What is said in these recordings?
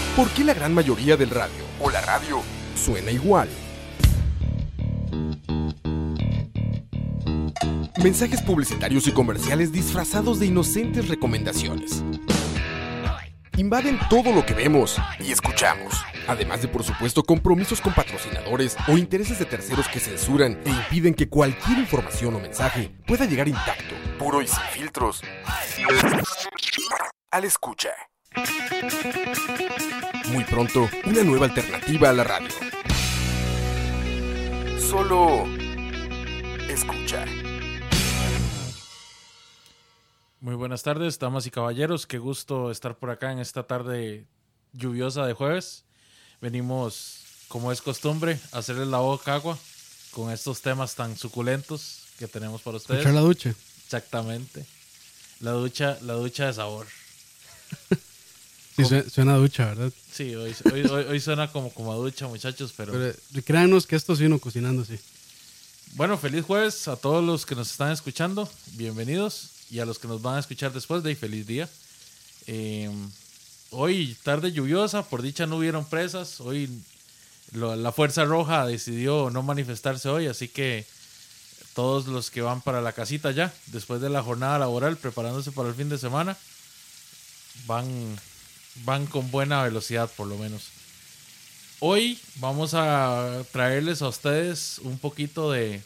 ¿Por qué la gran mayoría del radio o la radio suena igual? Mensajes publicitarios y comerciales disfrazados de inocentes recomendaciones. Invaden todo lo que vemos y escuchamos. Además de, por supuesto, compromisos con patrocinadores o intereses de terceros que censuran e impiden que cualquier información o mensaje pueda llegar intacto, puro y sin filtros, al escucha. Muy pronto, una nueva alternativa a la radio. Solo escucha. Muy buenas tardes, damas y caballeros. Qué gusto estar por acá en esta tarde lluviosa de jueves. Venimos, como es costumbre, a hacerles la boca agua con estos temas tan suculentos que tenemos para ustedes. Escuchar la ducha. Exactamente. La ducha de sabor. Sí, suena a ducha, ¿verdad? Sí, hoy suena como a ducha, muchachos, pero créanos que esto sí uno cocinando, sí. Bueno, feliz jueves a todos los que nos están escuchando. Bienvenidos. Y a los que nos van a escuchar después, de feliz día. Hoy, tarde lluviosa, por dicha no hubieron presas. Hoy la Fuerza Roja decidió no manifestarse hoy, así que todos los que van para la casita ya, después de la jornada laboral, preparándose para el fin de semana, van con buena velocidad por lo menos. Hoy vamos a traerles a ustedes un poquito de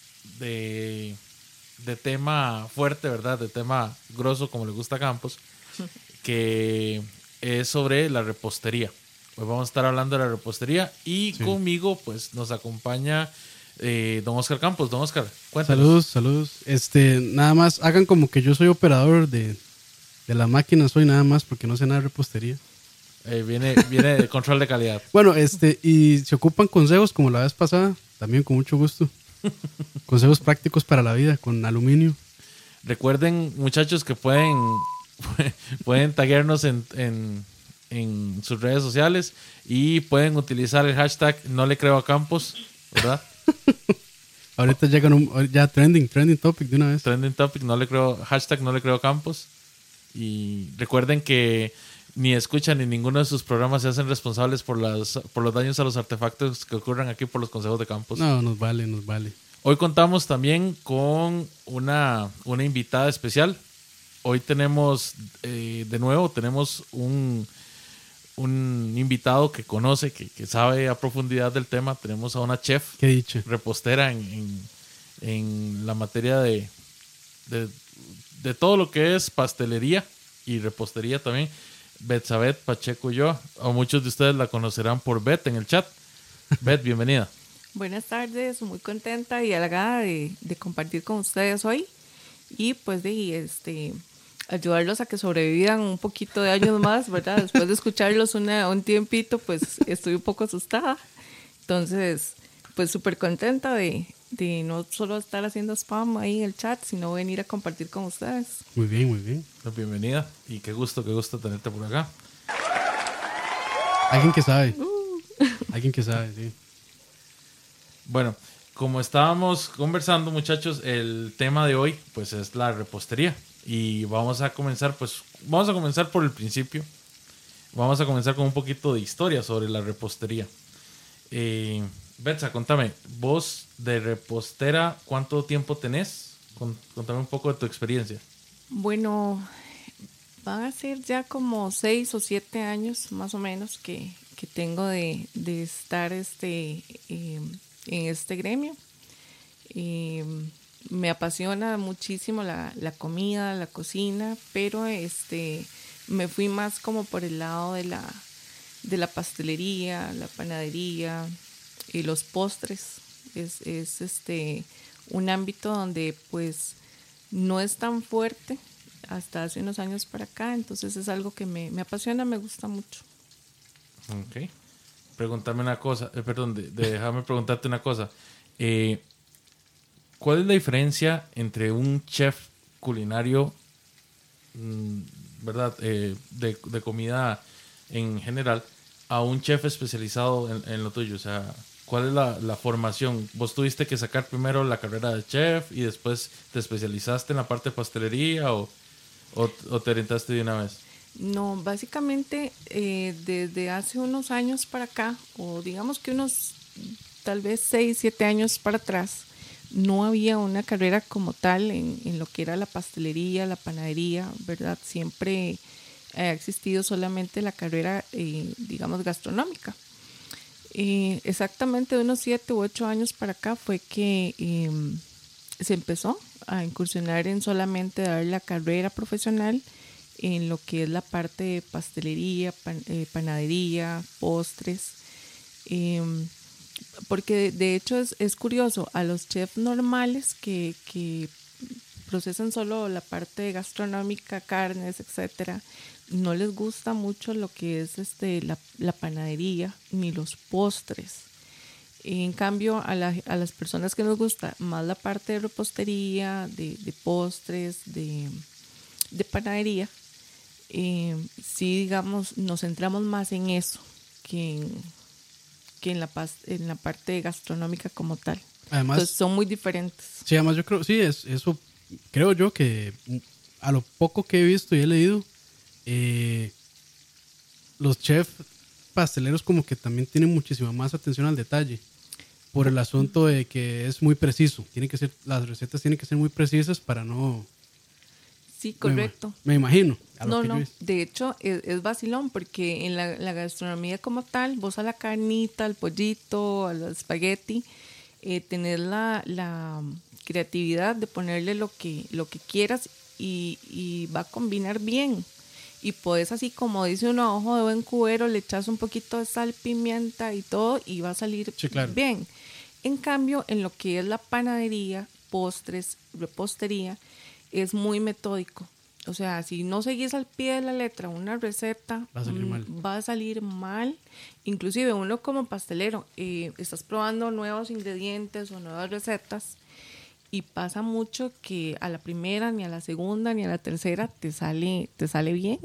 tema fuerte, ¿verdad? De tema grosso, como le gusta a Campos, que es sobre la repostería. Hoy vamos a estar hablando de la repostería y sí, conmigo pues nos acompaña don Oscar Campos. Don Oscar, cuéntanos. Saludos. Nada más, hagan como que yo soy operador de la máquina, soy nada más porque no sé nada de repostería. Viene de control de calidad. Bueno, y se ocupan consejos como la vez pasada, también con mucho gusto. Consejos prácticos para la vida con aluminio. Recuerden, muchachos, que pueden taguearnos en sus redes sociales y pueden utilizar el hashtag no le creo a Campos, ¿verdad? Ahorita llegan ya trending topic de una vez. Trending topic, hashtag no le creo a Campos. Y recuerden que ni escuchan ni ninguno de sus programas se hacen responsables por los daños a los artefactos que ocurran aquí por los consejos de Campos. No, nos vale. Hoy contamos también con una invitada especial. Hoy tenemos, de nuevo, un invitado que conoce, que sabe a profundidad del tema. Tenemos a una chef, qué dicha, repostera en la materia de todo lo que es pastelería y repostería también. Betsabeth Pacheco Ulloa, o muchos de ustedes la conocerán por Bet en el chat. Bet, bienvenida. Buenas tardes, muy contenta y halagada de compartir con ustedes hoy y pues ayudarlos a que sobrevivan un poquito de años más, ¿verdad? Después de escucharlos un tiempito, pues estoy un poco asustada. Entonces, pues súper contenta de no solo estar haciendo spam ahí en el chat, sino venir a compartir con ustedes. Muy bien. Bienvenida y qué gusto tenerte por acá. Alguien que sabe. Sí. Bueno, como estábamos conversando, muchachos, el tema de hoy pues es la repostería y vamos a comenzar por el principio. Vamos a comenzar con un poquito de historia sobre la repostería. Betsa, contame, vos de repostera, ¿cuánto tiempo tenés? Contame un poco de tu experiencia. Bueno, van a ser ya como 6 o 7 años más o menos que tengo de estar en este gremio. Me apasiona muchísimo la comida, la cocina, pero me fui más como por el lado de la pastelería, la panadería y los postres. Es un ámbito donde pues no es tan fuerte hasta hace unos años para acá, entonces es algo que me apasiona, me gusta mucho. Ok. Pregúntame una cosa, déjame preguntarte una cosa. ¿Cuál es la diferencia entre un chef culinario, verdad, de comida en general, a un chef especializado en lo tuyo? O sea, ¿cuál es la formación? ¿Vos tuviste que sacar primero la carrera de chef y después te especializaste en la parte de pastelería o te orientaste de una vez? No, básicamente desde hace unos años para acá, o digamos que unos tal vez 6, 7 años para atrás, no había una carrera como tal en lo que era la pastelería, la panadería, ¿verdad? Siempre ha existido solamente la carrera, digamos, gastronómica. Exactamente de unos 7 u 8 años para acá fue que se empezó a incursionar en solamente dar la carrera profesional en lo que es la parte de pastelería, panadería, postres. Porque de hecho es curioso, a los chefs normales que procesan solo la parte gastronómica, carnes, etcétera, no les gusta mucho lo que es la panadería ni los postres. En cambio, a las personas que nos gusta más la parte de repostería, de postres, de panadería, sí, digamos, nos centramos más en eso que en la parte gastronómica como tal. Además, entonces son muy diferentes. Sí, además yo creo, sí, eso creo yo que a lo poco que he visto y he leído, los chefs pasteleros como que también tienen muchísima más atención al detalle por el asunto de que es muy preciso. Las recetas tienen que ser muy precisas para no... Sí, correcto. Me imagino. No, de hecho es vacilón porque en la gastronomía como tal, vos a la carnita, al pollito, al espagueti, tener la creatividad de ponerle lo que quieras y va a combinar bien. Y puedes, así como dice uno, a ojo de buen cubero, le echas un poquito de sal, pimienta y todo y va a salir bien. En cambio, en lo que es la panadería, postres, repostería, es muy metódico. O sea, si no seguís al pie de la letra una receta, va a salir mal. Inclusive uno como pastelero, estás probando nuevos ingredientes o nuevas recetas y pasa mucho que a la primera, ni a la segunda, ni a la tercera te sale bien.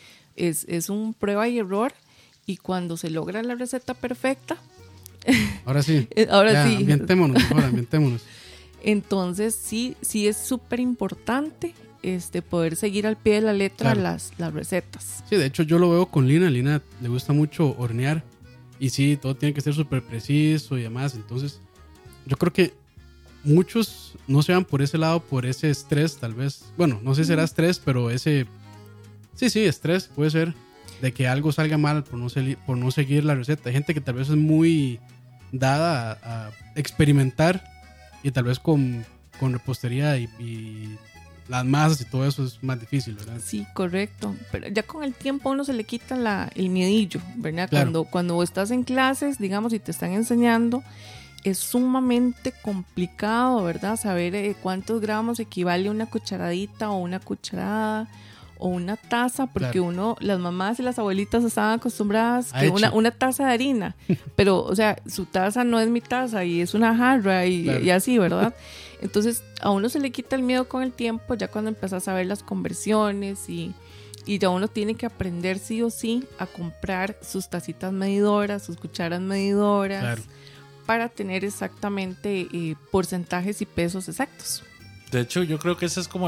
Es un prueba y error, y cuando se logra la receta perfecta... Ahora sí. Ahora sí. Ambientémonos. Entonces sí es súper importante poder seguir al pie de la letra las recetas. Sí, de hecho yo lo veo con Lina. Lina le gusta mucho hornear y sí, todo tiene que ser súper preciso y demás. Entonces yo creo que muchos no se van por ese lado, por ese estrés tal vez. Bueno, no sé si será estrés, pero ese... Sí, estrés puede ser de que algo salga mal por no seguir la receta. Hay gente que tal vez es muy dada a experimentar y tal vez con repostería y las masas y todo eso es más difícil, ¿verdad? Sí, correcto. Pero ya con el tiempo a uno se le quita el miedillo, ¿verdad? Claro. Cuando estás en clases, digamos, y te están enseñando, es sumamente complicado, ¿verdad? Saber cuántos gramos equivale una cucharadita o una cucharada o una taza, porque las mamás y las abuelitas estaban acostumbradas que una taza de harina, pero, o sea, su taza no es mi taza y es una jarra y así, ¿verdad? Entonces, a uno se le quita el miedo con el tiempo, ya cuando empiezas a ver las conversiones y ya uno tiene que aprender sí o sí a comprar sus tacitas medidoras, sus cucharas medidoras, para tener exactamente porcentajes y pesos exactos. De hecho, yo creo que esa es como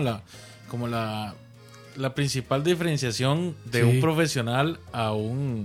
la principal diferenciación de un profesional a un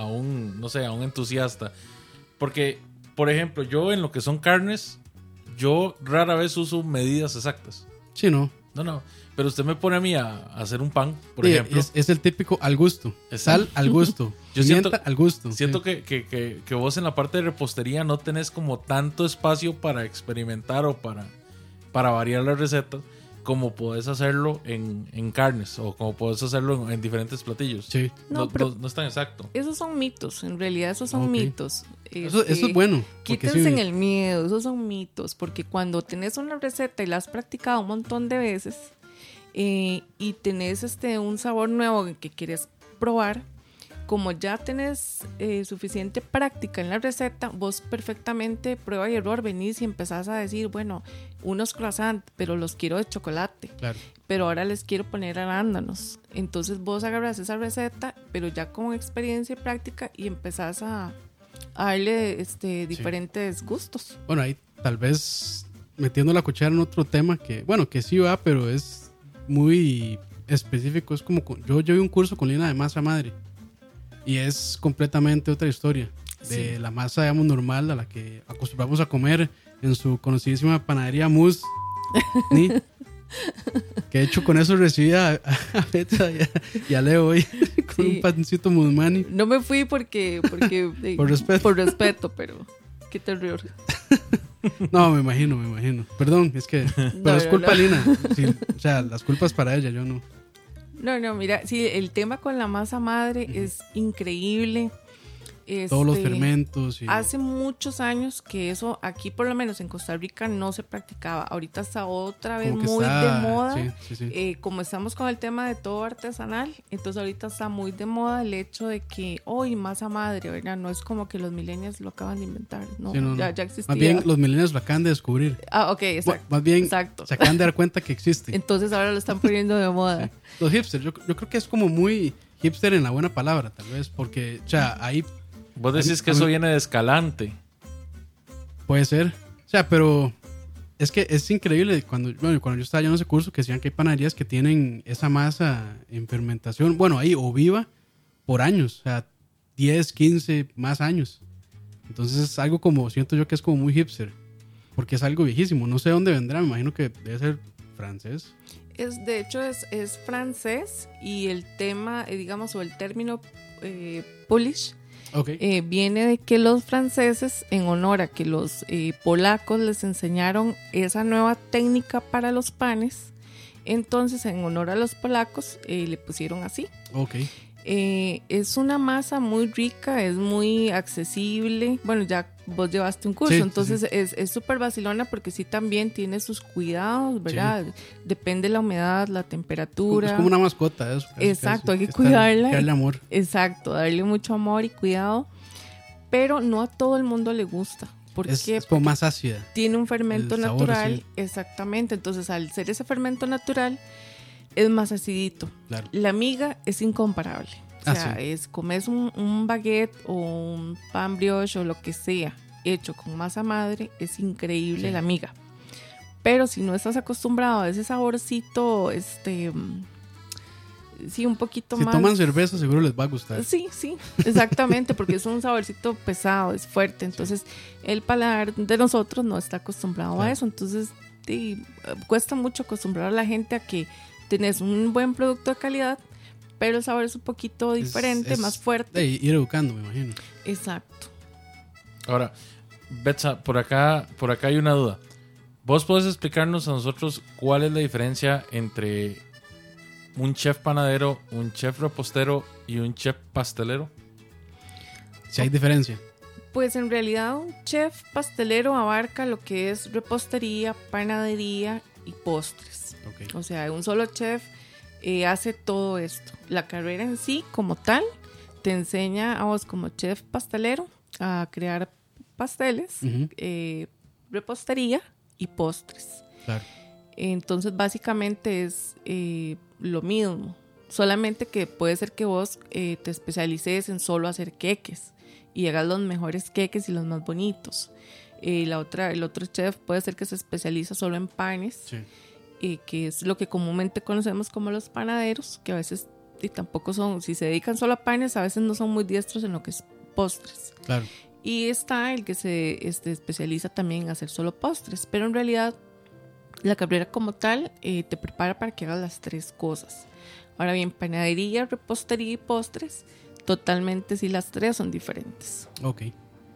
entusiasta. Porque, por ejemplo, yo en lo que son carnes, yo rara vez uso medidas exactas. Sí, no. No. Pero usted me pone a mí a hacer un pan, por ejemplo. Es el típico al gusto. Sal al gusto. Yo siento al gusto. Siento que vos en la parte de repostería no tenés como tanto espacio para experimentar o para variar las recetas, como podés hacerlo en carnes o como podés hacerlo en diferentes platillos. Sí. No es tan exacto. Esos son mitos, en realidad esos son mitos. Eso es bueno. Quítense en el miedo, esos son mitos, porque cuando tenés una receta y la has practicado un montón de veces y tenés un sabor nuevo que quieres probar, como ya tenés suficiente práctica en la receta, vos perfectamente, prueba y error, venís y empezás a decir, bueno, unos croissants, pero los quiero de chocolate. Claro. Pero ahora les quiero poner arándanos. Entonces vos agarras esa receta, pero ya con experiencia y práctica, y empezás a darle diferentes gustos. Bueno, ahí tal vez metiendo la cuchara en otro tema que sí va, pero es muy específico. Es como yo llevé un curso con Lina de masa madre y es completamente otra historia de la masa, digamos, normal a la que acostumbramos a comer en su conocidísima panadería Mus. ¿Ni? Que de hecho con eso recibí a Betsa y a Leo hoy con un pancito Musmani. No me fui porque por respeto, pero qué terror. No, me imagino. Perdón, es que pero es culpa de Lina. Sí, o sea, las culpas para ella, yo no. No, mira, sí, el tema con la masa madre es increíble. Todos los fermentos. Hace muchos años que eso aquí, por lo menos en Costa Rica, no se practicaba. Ahorita está otra vez muy de moda. Sí. Como estamos con el tema de todo artesanal, entonces ahorita está muy de moda el hecho de que hoy masa madre, ¿verdad? No es como que los millennials lo acaban de inventar, no, ya existía. Más bien los millennials lo acaban de descubrir. Ok, exacto. Más bien exacto. Se acaban de dar cuenta que existe. Entonces ahora lo están poniendo de moda. Sí. Los hipsters, yo creo que es como muy hipster en la buena palabra, tal vez, porque, o sea, ahí... Vos decís que eso viene de Escalante. Puede ser. O sea, pero es que es increíble cuando yo estaba llevando ese curso que decían que hay panaderías que tienen esa masa en fermentación, bueno, ahí o viva por años, o sea, 10, 15 más años. Entonces es algo como, siento yo que es como muy hipster, porque es algo viejísimo. No sé dónde vendrá, me imagino que debe ser francés. De hecho es francés y el tema, digamos, o el término Polish. Okay. Viene de que los franceses, en honor a que los polacos les enseñaron esa nueva técnica para los panes, entonces en honor a los polacos le pusieron así. Okay. Es una masa muy rica, es muy accesible. Bueno, ya vos llevaste un curso, entonces sí. Es súper vacilona porque sí también tiene sus cuidados, ¿verdad? Sí. Depende de la humedad, la temperatura. Es como una mascota eso. Exacto, hay que cuidarla. Darle amor. Exacto, darle mucho amor y cuidado. Pero no a todo el mundo le gusta. ¿Por qué? Es como más ácida. Tiene un fermento natural, sí. Exactamente. Entonces, al ser ese fermento natural, es más acidito. Claro. La miga es incomparable. O sea, sí. Comes un baguette o un pan brioche o lo que sea hecho con masa madre, es increíble, sí. La miga. Pero si no estás acostumbrado a ese saborcito, sí, un poquito más. Si toman cerveza, seguro les va a gustar. Sí, exactamente, porque es un saborcito pesado, es fuerte. Entonces, el paladar de nosotros no está acostumbrado a eso. Entonces, sí, cuesta mucho acostumbrar a la gente a que tenés un buen producto de calidad, pero el sabor es un poquito diferente, más fuerte. Ir educando, me imagino. Exacto. Ahora, Betsa, por acá hay una duda. ¿Vos podés explicarnos a nosotros cuál es la diferencia entre un chef panadero, un chef repostero y un chef pastelero? Si hay diferencia. Pues en realidad un chef pastelero abarca lo que es repostería, panadería y postres. Okay. O sea, un solo chef hace todo esto. La carrera en sí, como tal, te enseña a vos como chef pastelero a crear pasteles, repostería y postres. Claro. Entonces, básicamente es lo mismo. Solamente que puede ser que vos te especialices en solo hacer queques y hagas los mejores queques y los más bonitos. El otro chef puede ser que se especializa solo en panes. Sí. Que es lo que comúnmente conocemos como los panaderos, que a veces tampoco son, si se dedican solo a panes, a veces no son muy diestros en lo que es postres. Claro. Y está el que se especializa también en hacer solo postres, pero en realidad la carrera como tal te prepara para que hagas las tres cosas. Ahora bien, panadería, repostería y postres, totalmente sí, las tres son diferentes. Ok.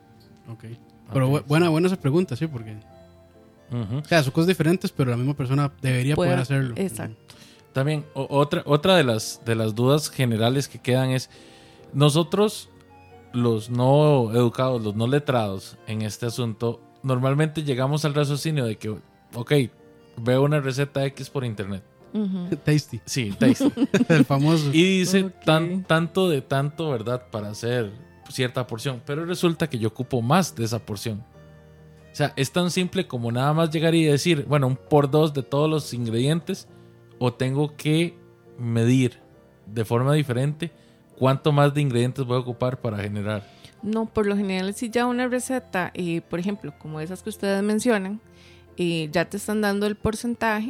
Pero buena esa pregunta, sí, porque... O sea, son cosas diferentes, pero la misma persona debería poder hacerlo. Exacto. También, otra de las dudas generales que quedan es: nosotros, los no educados, los no letrados en este asunto, normalmente llegamos al raciocinio de que, ok, veo una receta X por internet. Tasty. Sí, Tasty. El famoso. Y dice tanto, ¿verdad? Para hacer cierta porción, pero resulta que yo ocupo más de esa porción. O sea, es tan simple como nada más llegar y decir, bueno, un por dos de todos los ingredientes, o tengo que medir de forma diferente cuánto más de ingredientes voy a ocupar para generar. No, por lo general, si ya una receta, por ejemplo, como esas que ustedes mencionan, ya te están dando el porcentaje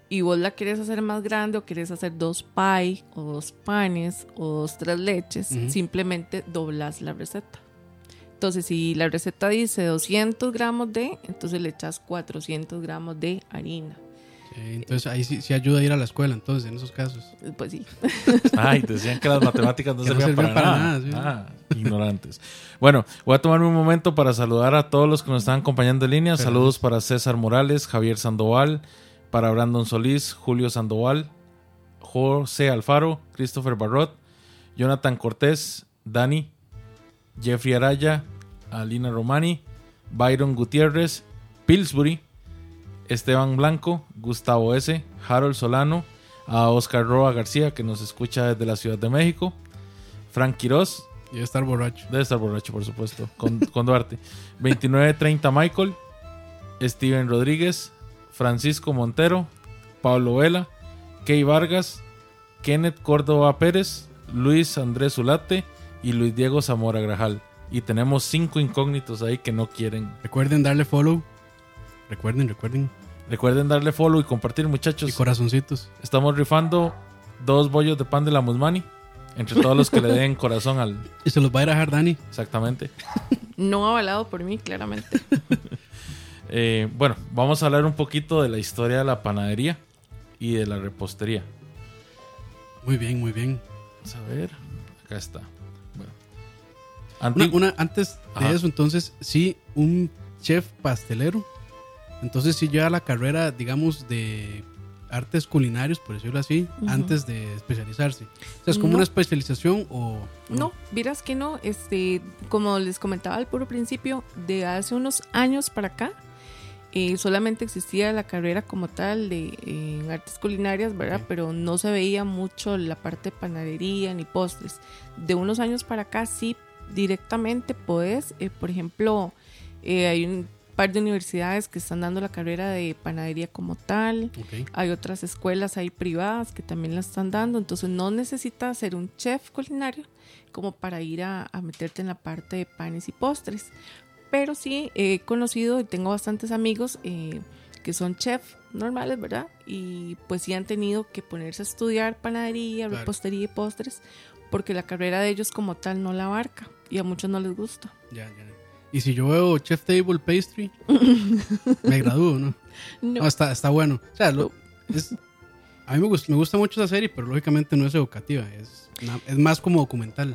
y vos la querés hacer más grande o querés hacer 2 pie o 2 panes o 2 3 leches, simplemente doblas la receta. Entonces, si la receta dice 200 gramos de, entonces le echas 400 gramos de harina. Entonces ahí sí ayuda a ir a la escuela, entonces, en esos casos. Pues sí. Ay, decían que las matemáticas no servían para nada. Sí. Ignorantes. Bueno, voy a tomarme un momento para saludar a todos los que nos están acompañando en línea. Gracias. Saludos para César Morales, Javier Sandoval, para Brandon Solís, Julio Sandoval, José Alfaro, Christopher Barrot, Jonathan Cortés, Dani, Jeffrey Araya, Alina Romani, Byron Gutiérrez, Pillsbury, Esteban Blanco, Gustavo S., Harold Solano, a Oscar Roa García, que nos escucha desde la Ciudad de México, Frank Quiroz, Y debe estar borracho. debe estar borracho, por supuesto, con Duarte, 2930 Michael, Steven Rodríguez, Francisco Montero, Pablo Vela, Key Vargas, Kenneth Córdoba Pérez, Luis Andrés Zulate y Luis Diego Zamora Grajal. Y tenemos 5 incógnitos ahí que no quieren. Recuerden darle follow. Recuerden. Recuerden darle follow y compartir, muchachos. Y corazoncitos. Estamos rifando 2 bollos de pan de la Musmani entre todos los que le den corazón al... Y se los va a ir a dejar Dani. Exactamente. No avalado por mí, claramente. Bueno, vamos a hablar un poquito de la historia de la panadería y de la repostería. Muy bien. Vamos a ver. Acá está. Bueno. Antes de Ajá. eso, entonces, sí, un chef pastelero. Entonces sí lleva la carrera, digamos, de artes culinarios, por decirlo así, antes de especializarse. O sea, ¿es como No. una especialización o...? No, vieras que no. Como les comentaba al puro principio, de hace unos años para acá, solamente existía la carrera como tal de en artes culinarias, ¿verdad? Sí. Pero no se veía mucho la parte de panadería ni postres. De unos años para acá sí directamente podés, por ejemplo, hay un par de universidades que están dando la carrera de panadería como tal. Ok. Hay otras escuelas ahí privadas que también la están dando, entonces no necesitas ser un chef culinario como para ir a meterte en la parte de panes y postres. Pero sí he conocido y tengo bastantes amigos que son chef normales, ¿verdad? Y pues sí han tenido que ponerse a estudiar panadería, Claro. repostería y postres porque la carrera de ellos como tal no la abarca y a muchos no les gusta. Ya. Y si yo veo Chef Table Pastry, me gradúo, ¿no? No. No, está bueno. O sea, a mí me gusta mucho esa serie, pero lógicamente no es educativa. Es más como documental.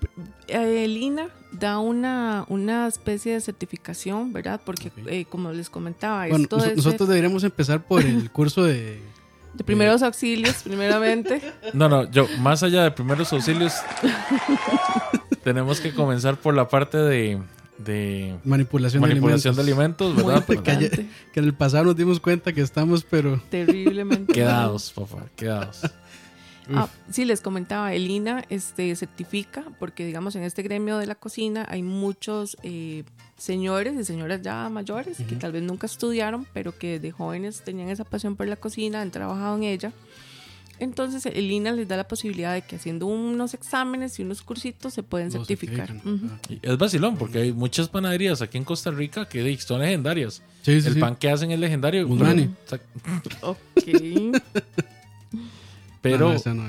Lina da una especie de certificación, ¿verdad? Porque Ok. como les comentaba, Bueno, esto es nosotros deberíamos empezar por el curso de... de primeros auxilios, primeramente. No, yo, más allá de primeros auxilios, tenemos que comenzar por la parte de Manipulación manipulación de alimentos, Muy ¿verdad? importante, Que en el pasado nos dimos cuenta que estamos, pero... terriblemente. Quedados, papá, quedados. Sí, les comentaba, Elina certifica, porque digamos en este gremio de la cocina hay muchos señores y señoras ya mayores que tal vez nunca estudiaron, pero que desde jóvenes tenían esa pasión por la cocina, han trabajado en ella. Entonces Elina les da la posibilidad de que haciendo unos exámenes y unos cursitos se pueden Lo certificar. certifican. Ujú. Ajá. Y es vacilón, porque hay muchas panaderías aquí en Costa Rica que son legendarias. Sí, El pan que hacen es legendario. Musmani. Ok. Pero No, esa no.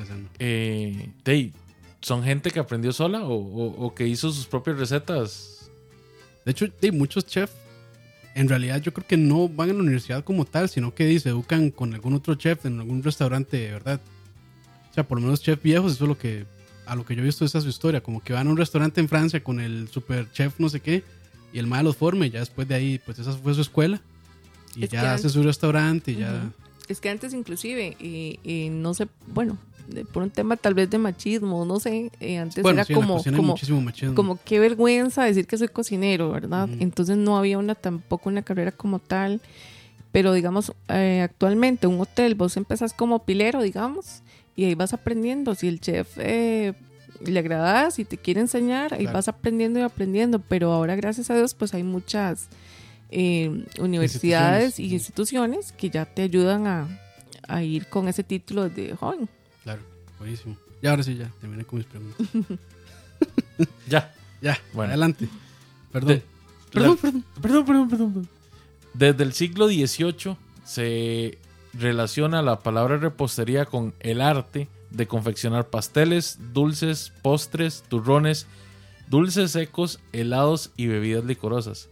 son gente que aprendió sola o que hizo sus propias recetas. De hecho, muchos chefs, en realidad yo creo que no van a la universidad como tal, sino que se educan con algún otro chef en algún restaurante, de verdad. O sea, por lo menos chefs viejos, eso es a lo que yo he visto, esa es su historia. Como que van a un restaurante en Francia con el super chef no sé qué, y el mae los forma, y ya después de ahí, pues esa fue su escuela. Y Es que ya hace su restaurante, y ya... Es que antes inclusive, no sé, bueno, por un tema tal vez de machismo, no sé, antes Bueno, era sí, en la como, cocina hay muchísimo machismo. como qué vergüenza decir que soy cocinero, ¿verdad? Entonces no había tampoco una carrera como tal, pero digamos, actualmente un hotel, vos empezás como pilero, digamos, y ahí vas aprendiendo, si el chef le agradas, si te quiere enseñar, ahí Claro. vas aprendiendo y aprendiendo, pero ahora gracias a Dios pues hay muchas universidades y instituciones que ya te ayudan a ir con ese título de joven. Claro, buenísimo. Y ahora sí, ya, terminé con mis preguntas. Ya. Ya, Bueno. adelante. Perdón. Perdón. Desde el siglo XVIII relaciona la palabra repostería con el arte de confeccionar pasteles, dulces, postres, turrones, dulces secos, helados y bebidas licorosas.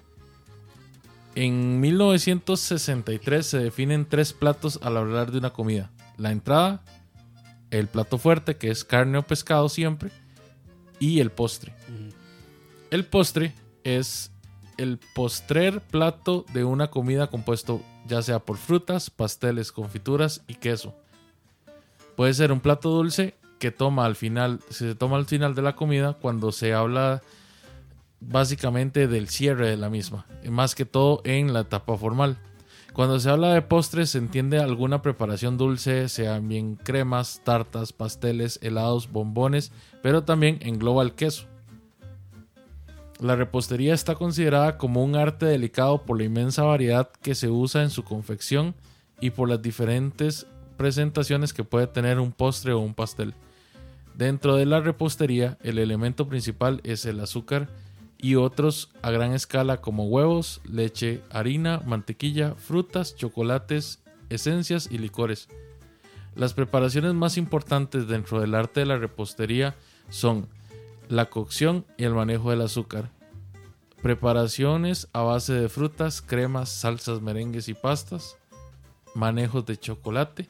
En 1963 se definen 3 platos al hablar de una comida: la entrada, el plato fuerte, que es carne o pescado siempre, y el postre. El postre es el postrer plato de una comida compuesto ya sea por frutas, pasteles, confituras y queso. Puede ser un plato dulce que se toma al final de la comida, cuando se habla básicamente del cierre de la misma, más que todo en la etapa formal. Cuando se habla de postres se entiende alguna preparación dulce, sean bien cremas, tartas, pasteles, helados, bombones, pero también engloba el queso. La repostería está considerada como un arte delicado por la inmensa variedad que se usa en su confección y por las diferentes presentaciones que puede tener un postre o un pastel. Dentro de la repostería, el elemento principal es el azúcar y otros a gran escala como huevos, leche, harina, mantequilla, frutas, chocolates, esencias y licores. Las preparaciones más importantes dentro del arte de la repostería son la cocción y el manejo del azúcar, preparaciones a base de frutas, cremas, salsas, merengues y pastas, manejos de chocolate.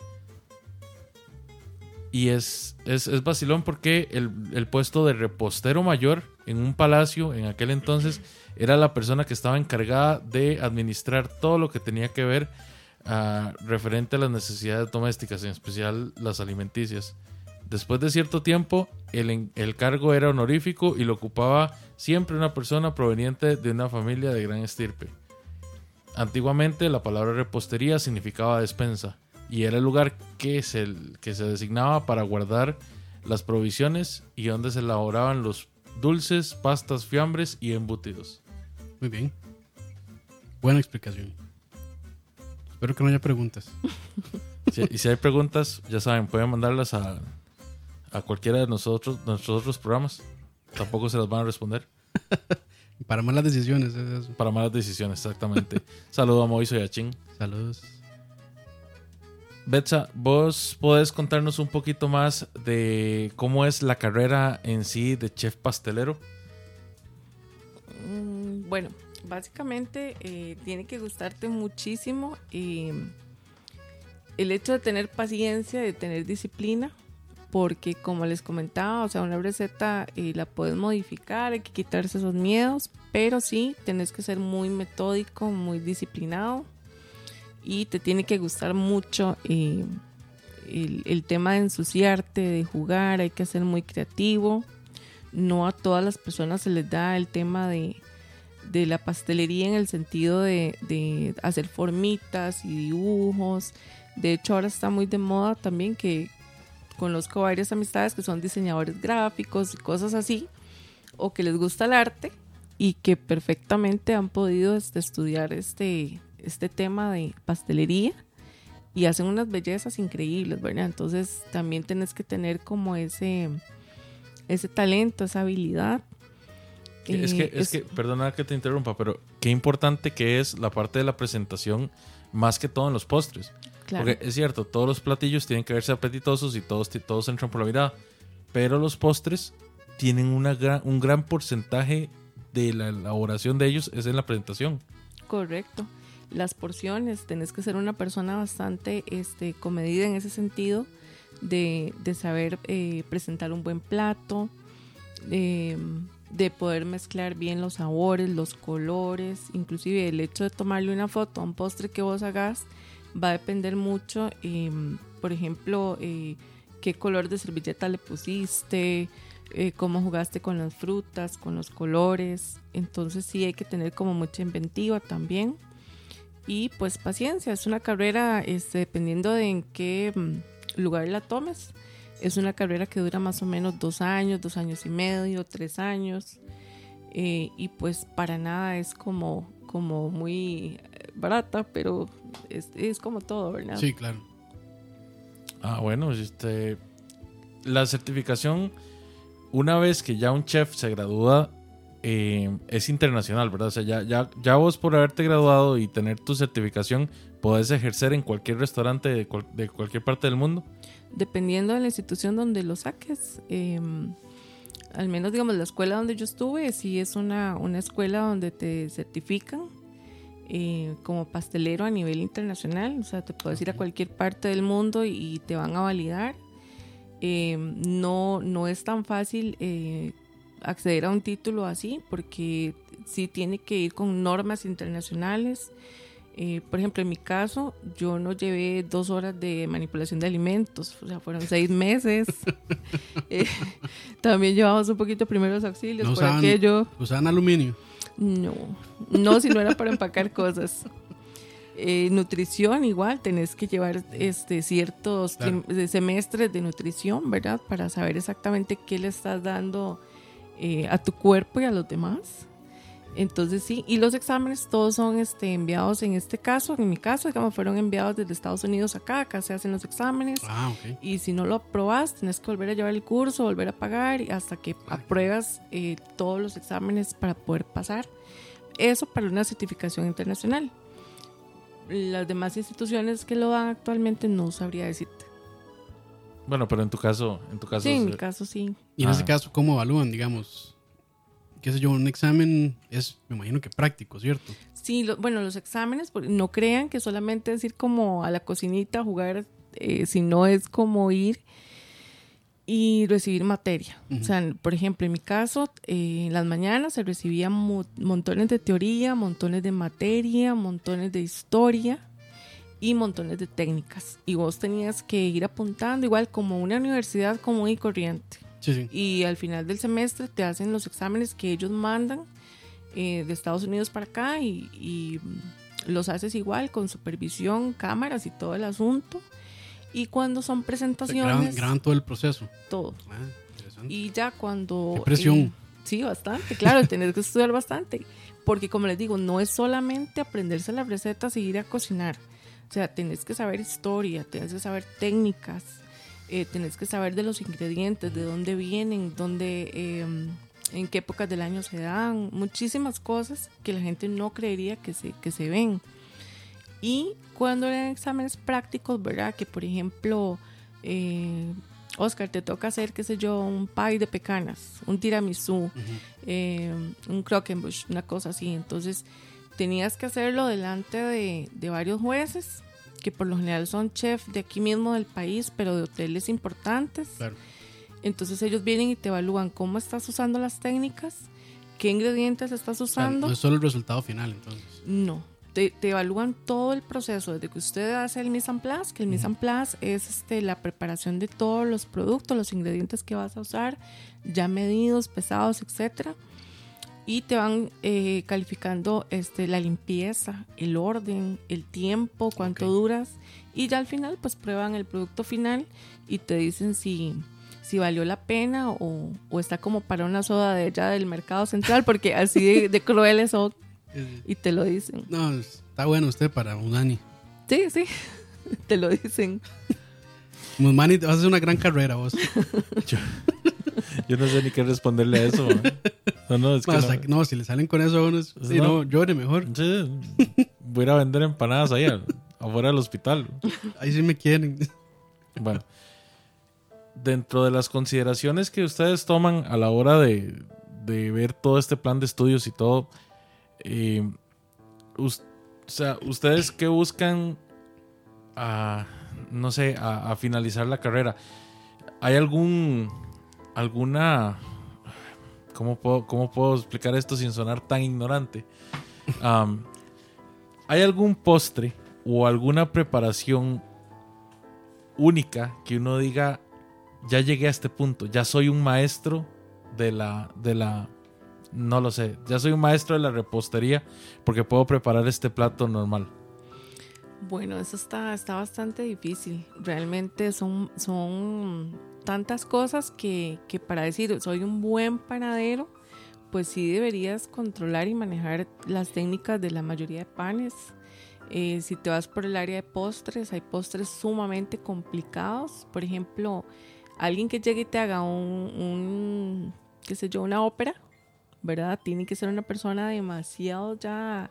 Y es vacilón porque el puesto de repostero mayor en un palacio en aquel entonces era la persona que estaba encargada de administrar todo lo que tenía que ver referente a las necesidades domésticas, en especial las alimenticias. Después de cierto tiempo, el cargo era honorífico y lo ocupaba siempre una persona proveniente de una familia de gran estirpe. Antiguamente, la palabra repostería significaba despensa y era el lugar que se designaba para guardar las provisiones y donde se elaboraban los dulces, pastas, fiambres y embutidos. Muy bien. Buena explicación. Espero que no haya preguntas. Y si hay preguntas, ya saben, pueden mandarlas a cualquiera de nuestros otros programas. Tampoco se las van a responder. Para malas decisiones. Es eso. Para malas decisiones, exactamente. Saludos a Moiso y a Chin. Saludos. Betsa, ¿vos podés contarnos un poquito más de cómo es la carrera en sí de chef pastelero? Bueno, básicamente tiene que gustarte muchísimo el hecho de tener paciencia, de tener disciplina, porque como les comentaba, o sea, una receta la puedes modificar, hay que quitarse esos miedos, pero sí, tenés que ser muy metódico, muy disciplinado y te tiene que gustar mucho el tema de ensuciarte, de jugar, hay que ser muy creativo. No a todas las personas se les da el tema de la pastelería en el sentido de hacer formitas y dibujos. De hecho, ahora está muy de moda también que conozco varias amistades que son diseñadores gráficos y cosas así, o que les gusta el arte y que perfectamente han podido estudiar este tema de pastelería y hacen unas bellezas increíbles, ¿verdad? Entonces también tenés que tener como ese talento, esa habilidad. Es que, perdona que te interrumpa, pero qué importante que es la parte de la presentación más que todo en los postres. Claro. Porque es cierto, todos los platillos tienen que verse apetitosos y todos entran por la mirada, pero los postres tienen un gran porcentaje de la elaboración de ellos es en la presentación. Correcto. Las porciones, tenés que ser una persona bastante comedida en ese sentido de saber presentar un buen plato, de poder mezclar bien los sabores, los colores, inclusive el hecho de tomarle una foto a un postre que vos hagas va a depender mucho, por ejemplo, qué color de servilleta le pusiste, cómo jugaste con las frutas, con los colores. Entonces sí hay que tener como mucha inventiva también y pues paciencia. Es una carrera dependiendo de en qué lugar la tomes. Es una carrera que dura más o menos 2 años, 2 años y medio, 3 años. Y pues para nada es como muy barata, pero es como todo, ¿verdad? Sí, claro. Bueno, la certificación, una vez que ya un chef se gradúa, es internacional, ¿verdad? O sea, ya vos por haberte graduado y tener tu certificación, podés ejercer en cualquier restaurante de cualquier parte del mundo. Dependiendo de la institución donde lo saques, al menos digamos la escuela donde yo estuve, sí es una escuela donde te certifican como pastelero a nivel internacional. O sea, te puedes ir a cualquier parte del mundo y te van a validar. No es tan fácil acceder a un título así, porque sí tiene que ir con normas internacionales. Por ejemplo, en mi caso, yo no llevé 2 horas de manipulación de alimentos, o sea, fueron 6 meses. También llevamos un poquito de primeros auxilios. No por usaban, aquello. ¿Usaban aluminio? No, si no era para empacar cosas. Nutrición igual, tenés que llevar ciertos semestres de nutrición, ¿verdad? Para saber exactamente qué le estás dando a tu cuerpo y a los demás. Entonces sí, y los exámenes todos son enviados, en mi caso, digamos, fueron enviados desde Estados Unidos acá se hacen los exámenes. Okay. Y si no lo aprobas, tenés que volver a llevar el curso, volver a pagar hasta que apruebas todos los exámenes para poder pasar. Eso para una certificación internacional. Las demás instituciones que lo dan actualmente no sabría decirte. Bueno, pero en tu caso sí, en mi caso sí. Y en ese caso, ¿cómo evalúan, digamos? Qué sé yo, un examen es, me imagino que práctico, ¿cierto? Sí, los exámenes, no crean que solamente es ir como a la cocinita a jugar, sino es como ir y recibir materia. Uh-huh. O sea, por ejemplo, en mi caso, en las mañanas se recibían montones de teoría, montones de materia, montones de historia y montones de técnicas. Y vos tenías que ir apuntando igual como una universidad común y corriente. Sí. Y al final del semestre te hacen los exámenes que ellos mandan de Estados Unidos para acá y los haces igual con supervisión, cámaras y todo el asunto. Y cuando son presentaciones... Graban todo el proceso. Todo. Interesante. Y ya cuando... ¡Qué presión! Sí, bastante, claro, tenés que estudiar bastante. Porque como les digo, no es solamente aprenderse las recetas y ir a cocinar. O sea, tenés que saber historia, tenés que saber técnicas, tenés que saber de los ingredientes, de dónde vienen, en qué épocas del año se dan, muchísimas cosas que la gente no creería que se ven. Y cuando eran exámenes prácticos, ¿verdad? Que por ejemplo, Oscar, te toca hacer, qué sé yo, un pie de pecanas, un tiramisú, un croquembouche, una cosa así. Entonces tenías que hacerlo delante de varios jueces, que por lo general son chefs de aquí mismo del país, pero de hoteles importantes. Claro. Entonces ellos vienen y te evalúan cómo estás usando las técnicas, qué ingredientes estás usando. Claro, no es solo el resultado final, entonces. No, te evalúan todo el proceso, desde que usted hace el mise en place, que el mise en place es la preparación de todos los productos, los ingredientes que vas a usar, ya medidos, pesados, etcétera. Y te van calificando la limpieza, el orden, el tiempo, cuánto duras. Y ya al final pues prueban el producto final y te dicen si valió la pena o está como para una soda de allá del mercado central, porque así de crueles son y te lo dicen. No, está bueno usted para Musmani. Sí, te lo dicen. Musmani, te vas a hacer una gran carrera vos. Yo no sé ni qué responderle a eso. Es que no, si le salen con eso a uno, no, llore mejor. Sí, voy a ir a vender empanadas ahí afuera del hospital. Ahí sí me quieren. Bueno, dentro de las consideraciones que ustedes toman a la hora de ver todo este plan de estudios y todo, ustedes qué buscan a finalizar la carrera. ¿Hay alguna... ¿Cómo puedo explicar esto sin sonar tan ignorante? ¿Hay algún postre o alguna preparación única que uno diga, ya llegué a este punto, ya soy un maestro de la no lo sé, ya soy un maestro de la repostería porque puedo preparar este plato normal? Bueno, eso está bastante difícil. Realmente son tantas cosas que para decir soy un buen panadero, pues sí deberías controlar y manejar las técnicas de la mayoría de panes. Si te vas por el área de postres, hay postres sumamente complicados. Por ejemplo, alguien que llegue y te haga qué sé yo, una ópera, ¿verdad? Tiene que ser una persona demasiado ya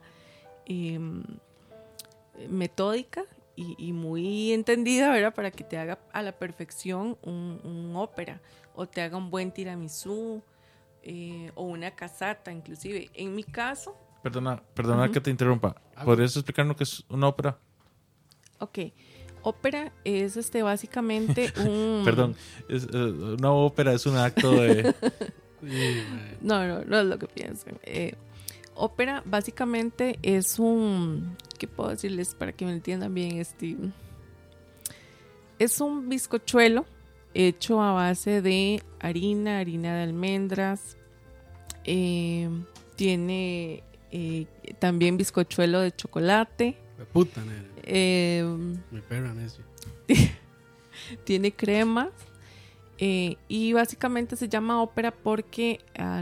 metódica y muy entendida, ¿verdad? Para que te haga a la perfección un ópera o te haga un buen tiramisú o una casata, inclusive. En mi caso... Perdona que te interrumpa. ¿Podrías explicarnos qué es una ópera? Ok. Ópera es básicamente un... Perdón, una ópera es un acto de... No es lo que piensan. Ópera básicamente es un... ¿Qué puedo decirles para que me entiendan bien, Steve? Es un bizcochuelo hecho a base de harina de almendras. Tiene también bizcochuelo de chocolate. Puta, nena. Mi perra, Messi. Tiene cremas. Y básicamente se llama ópera porque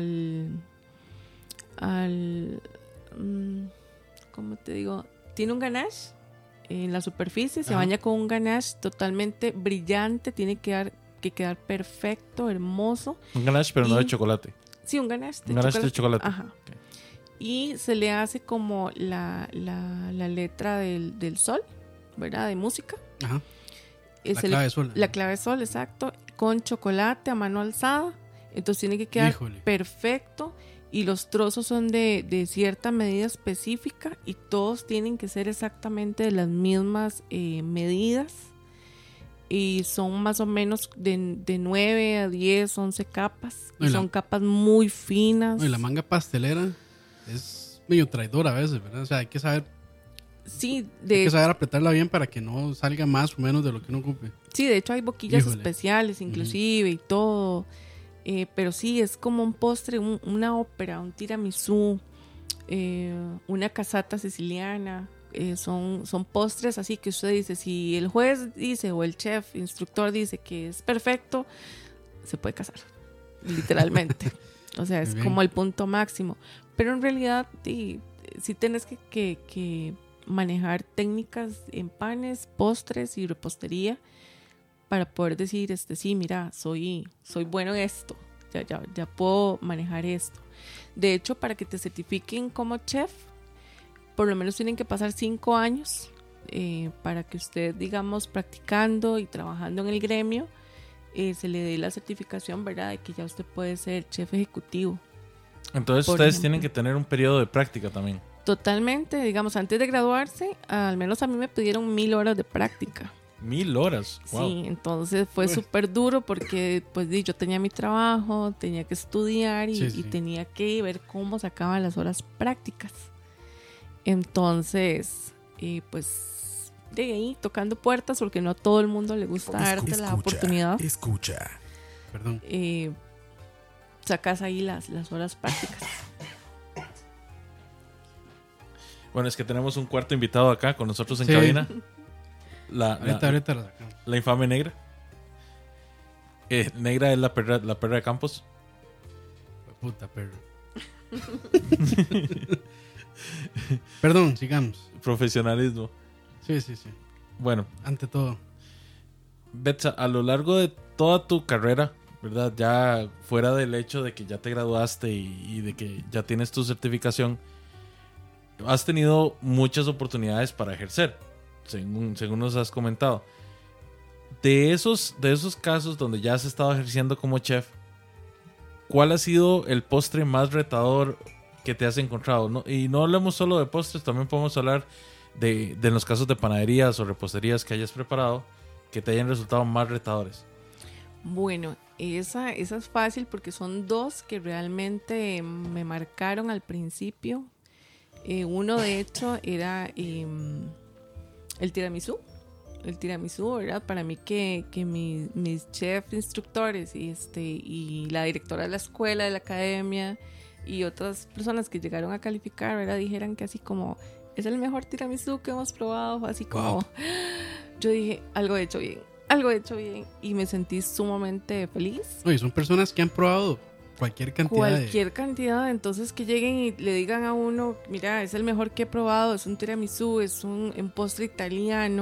¿cómo te digo? Tiene un ganache en la superficie, se baña con un ganache totalmente brillante, tiene que quedar perfecto, hermoso. Un ganache, pero no de chocolate. Sí, un ganache de chocolate. Ajá. Okay. Y se le hace como la letra del sol, ¿verdad? De música. Ajá. Clave de sol. La clave de sol, exacto. Con chocolate a mano alzada. Entonces tiene que quedar perfecto. Y los trozos son de cierta medida específica. Y todos tienen que ser exactamente de las mismas medidas. Y son más o menos de 9 a 10, 11 capas. Y son capas muy finas. Y la manga pastelera es medio traidora a veces, ¿verdad? O sea, hay que saber... Sí, hay que saber apretarla bien para que no salga más o menos de lo que uno ocupe. Sí, de hecho hay boquillas especiales inclusive y todo. Pero sí, es como un postre, una ópera, un tiramisú, una casata siciliana. Son postres así que usted dice, si el juez dice o el chef, instructor dice que es perfecto, se puede casar, literalmente. O sea, es como el punto máximo. Pero en realidad sí tienes que manejar técnicas en panes, postres y repostería para poder decir, sí, mira, soy bueno en esto, ya puedo manejar esto. De hecho, para que te certifiquen como chef, por lo menos tienen que pasar 5 años para que usted, digamos, practicando y trabajando en el gremio, se le dé la certificación, ¿verdad?, de que ya usted puede ser chef ejecutivo. Entonces ustedes tienen que tener un periodo de práctica también. Totalmente, digamos, antes de graduarse, al menos a mí me pidieron 1000 horas de práctica. 1000 horas, wow. Sí, entonces fue súper duro porque pues yo tenía mi trabajo, tenía que estudiar y tenía que ver cómo sacaban las horas prácticas. Entonces, pues de ahí tocando puertas porque no a todo el mundo le gusta darte la oportunidad. Escucha. Perdón. Sacas ahí las horas prácticas. Bueno, es que tenemos un cuarto invitado acá con nosotros en cabina. Ahorita la sacamos. La infame Negra. Negra es la perra de Campos. Puta perra. Perdón, sigamos. Profesionalismo. Sí. Bueno. Ante todo. Betsa, a lo largo de toda tu carrera, ¿verdad? Ya fuera del hecho de que ya te graduaste y de que ya tienes tu certificación, has tenido muchas oportunidades para ejercer, según nos has comentado. De esos casos donde ya has estado ejerciendo como chef, ¿cuál ha sido el postre más retador que te has encontrado? Y no hablemos solo de postres, también podemos hablar de los casos de panaderías o reposterías que hayas preparado que te hayan resultado más retadores. Bueno, esa es fácil porque son 2 que realmente me marcaron al principio. Uno de hecho era el tiramisú. El tiramisú, ¿verdad? Para mí que mis chef instructores y la directora de la escuela, de la academia y otras personas que llegaron a calificar, ¿verdad?, dijeran que así como es el mejor tiramisú que hemos probado, así como wow. Yo dije, algo he hecho bien y me sentí sumamente feliz. Oye, son personas que han probado cualquier cantidad. Entonces que lleguen y le digan a uno, mira, es el mejor que he probado, es un tiramisú, es un postre italiano,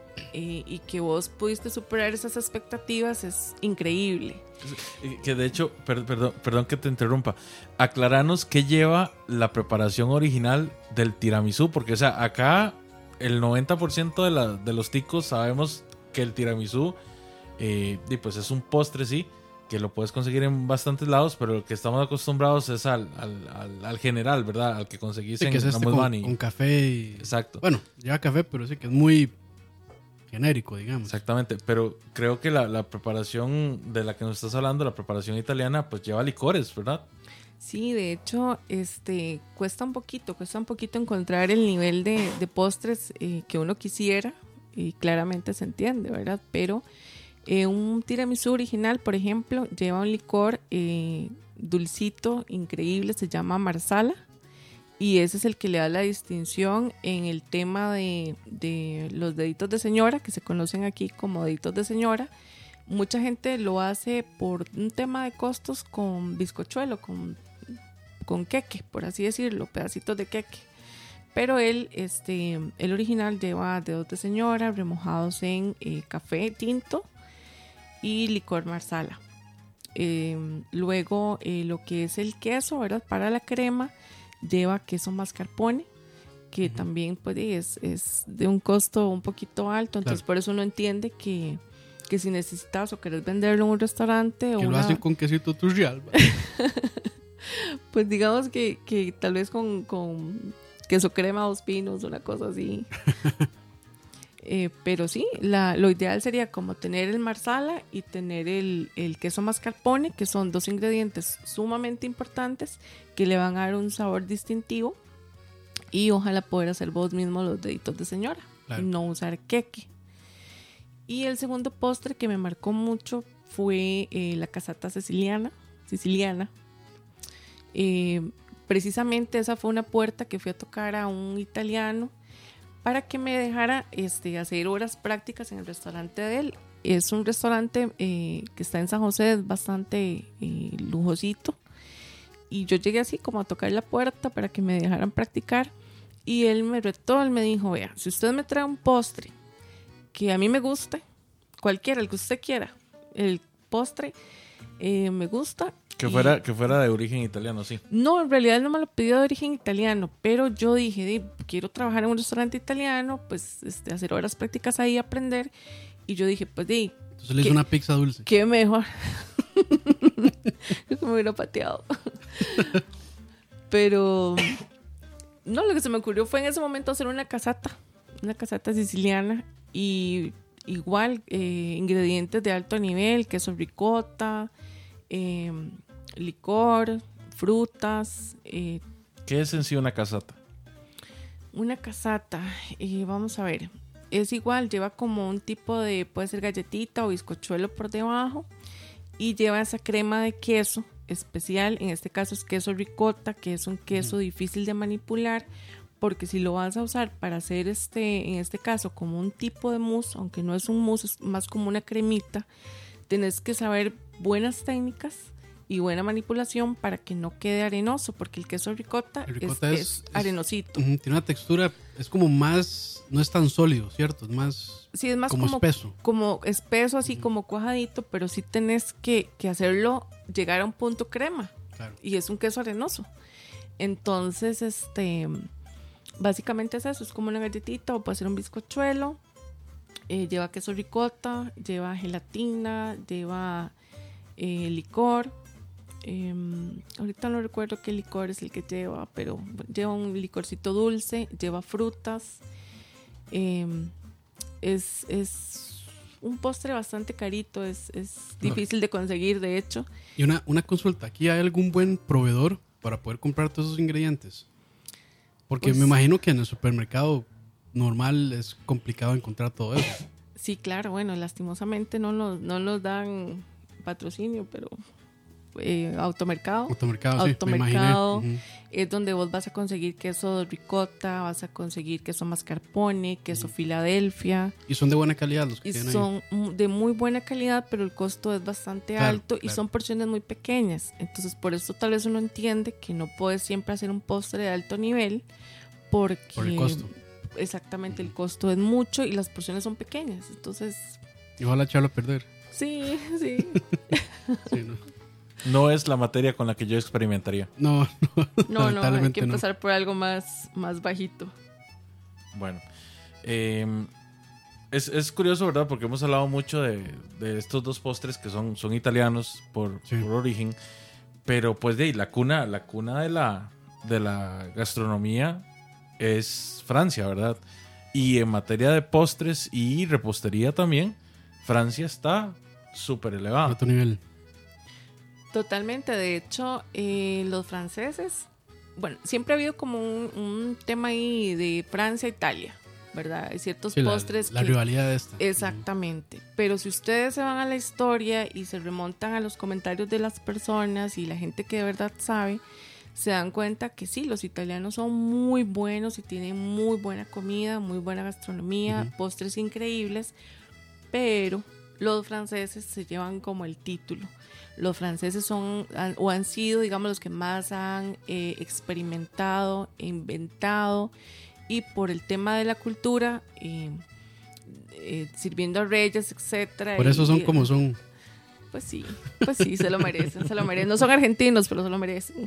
y que vos pudiste superar esas expectativas es increíble. Que de hecho, perdón que te interrumpa, aclaranos qué lleva la preparación original del tiramisú, porque o sea, acá el 90% de los ticos sabemos que el tiramisú pues es un postre, sí, que lo puedes conseguir en bastantes lados, pero lo que estamos acostumbrados es al general, ¿verdad? Al que conseguís sí, en que es este con café y... Exacto. Bueno, lleva café, pero sí que es muy genérico, digamos. Exactamente, pero creo que la preparación de la que nos estás hablando, la preparación italiana, pues lleva licores, ¿verdad? Sí, de hecho, cuesta un poquito encontrar el nivel de postres que uno quisiera, y claramente se entiende, ¿verdad? Pero un tiramisú original, por ejemplo, lleva un licor dulcito, increíble, se llama Marsala, y ese es el que le da la distinción en el tema de los deditos de señora, que se conocen aquí como deditos de señora. Mucha gente lo hace por un tema de costos con bizcochuelo, con queque, por así decirlo, pedacitos de queque. Pero el original lleva dedos de señora remojados en café tinto y licor Marsala. Luego lo que es el queso, ¿verdad? Para la crema lleva queso mascarpone, que también pues, es de un costo un poquito alto, entonces por eso uno entiende que si necesitas o querés venderlo en un restaurante que lo hacen con quesito turrial. Pues digamos que tal vez con queso crema Dos Pinos, una cosa así. Pero sí, lo ideal sería como tener el Marsala y tener el queso mascarpone, que son dos ingredientes sumamente importantes que le van a dar un sabor distintivo, y ojalá poder hacer vos mismo los deditos de señora, claro, y no usar queque. Y el segundo postre que me marcó mucho fue la casata siciliana. Precisamente esa fue una puerta que fui a tocar a un italiano para que me dejara hacer horas prácticas en el restaurante de él. Es un restaurante que está en San José, es bastante lujosito. Y yo llegué así como a tocar la puerta para que me dejaran practicar. Y él me retó, él me dijo, vea, si usted me trae un postre que a mí me guste, cualquiera, el que usted quiera, el postre me gusta. Que fuera de origen italiano, sí. No, en realidad no me lo pidió de origen italiano, pero yo dije, quiero trabajar en un restaurante italiano, pues hacer horas prácticas ahí, aprender. Y yo dije, pues entonces le hice una pizza dulce. ¿Qué mejor? Yo me hubiera pateado. Pero no, lo que se me ocurrió fue en ese momento hacer una casata siciliana, y igual ingredientes de alto nivel, queso ricota, licor, frutas. ¿Qué es en sí una casata? Una casata, vamos a ver, es igual, lleva como un tipo de, puede ser galletita o bizcochuelo por debajo, y lleva esa crema de queso especial. En este caso es queso ricota, que es un queso difícil de manipular, porque si lo vas a usar para hacer en este caso como un tipo de mousse, aunque no es un mousse, es más como una cremita, tenés que saber buenas técnicas y buena manipulación para que no quede arenoso, porque el queso ricota es arenosito. Tiene una textura, es como más, no es tan sólido, ¿cierto? Es más, sí, es más como espeso. Como espeso, así como cuajadito, pero sí tenés que hacerlo llegar a un punto crema. Claro. Y es un queso arenoso. Entonces, básicamente es eso, es como una galletita o puede ser un bizcochuelo. Lleva queso ricota, lleva gelatina, lleva licor. Ahorita no recuerdo qué licor es el que lleva, pero lleva un licorcito dulce, lleva frutas. Es un postre bastante carito, es difícil de conseguir, de hecho. Y una consulta, ¿aquí hay algún buen proveedor para poder comprar todos esos ingredientes? Porque pues, me imagino que en el supermercado normal es complicado encontrar todo eso. Sí, claro, bueno, lastimosamente no nos dan patrocinio, pero Automercado, sí, me imaginé. Es donde vos vas a conseguir queso ricota, vas a conseguir queso mascarpone, queso Filadelfia. Y son de buena calidad los que y tienen son ahí. De muy buena calidad, pero el costo es bastante alto, y son porciones muy pequeñas. Entonces por eso tal vez uno entiende que no puedes siempre hacer un postre de alto nivel, porque por el costo. exactamente, el costo es mucho y las porciones son pequeñas. Entonces, Igual a echarlo a perder. sí. Sí, no. No es la materia con la que yo experimentaría. No, No, hay lamentablemente que no. empezar por algo más bajito. Bueno, es curioso, ¿verdad? Porque hemos hablado mucho de estos dos postres que son italianos por origen. Pero pues la cuna de la gastronomía es Francia, ¿verdad? Y en materia de postres y repostería también, Francia está súper A elevada. otro nivel. Totalmente. De hecho, los franceses, bueno, siempre ha habido como un tema ahí de Francia e Italia, ¿verdad? Hay ciertos Sí, postres la que... rivalidad de esta. Exactamente. Pero si ustedes se van a la historia y se remontan a los comentarios de las personas y la gente que de verdad sabe, se dan cuenta que sí, los italianos son muy buenos y tienen muy buena comida, muy buena gastronomía, postres increíbles, pero los franceses se llevan como el título. Los franceses han sido, digamos, los que más han experimentado, inventado, y por el tema de la cultura, sirviendo a reyes, etcétera. Por eso son como son. Pues sí, se lo merecen, No son argentinos, pero se lo merecen.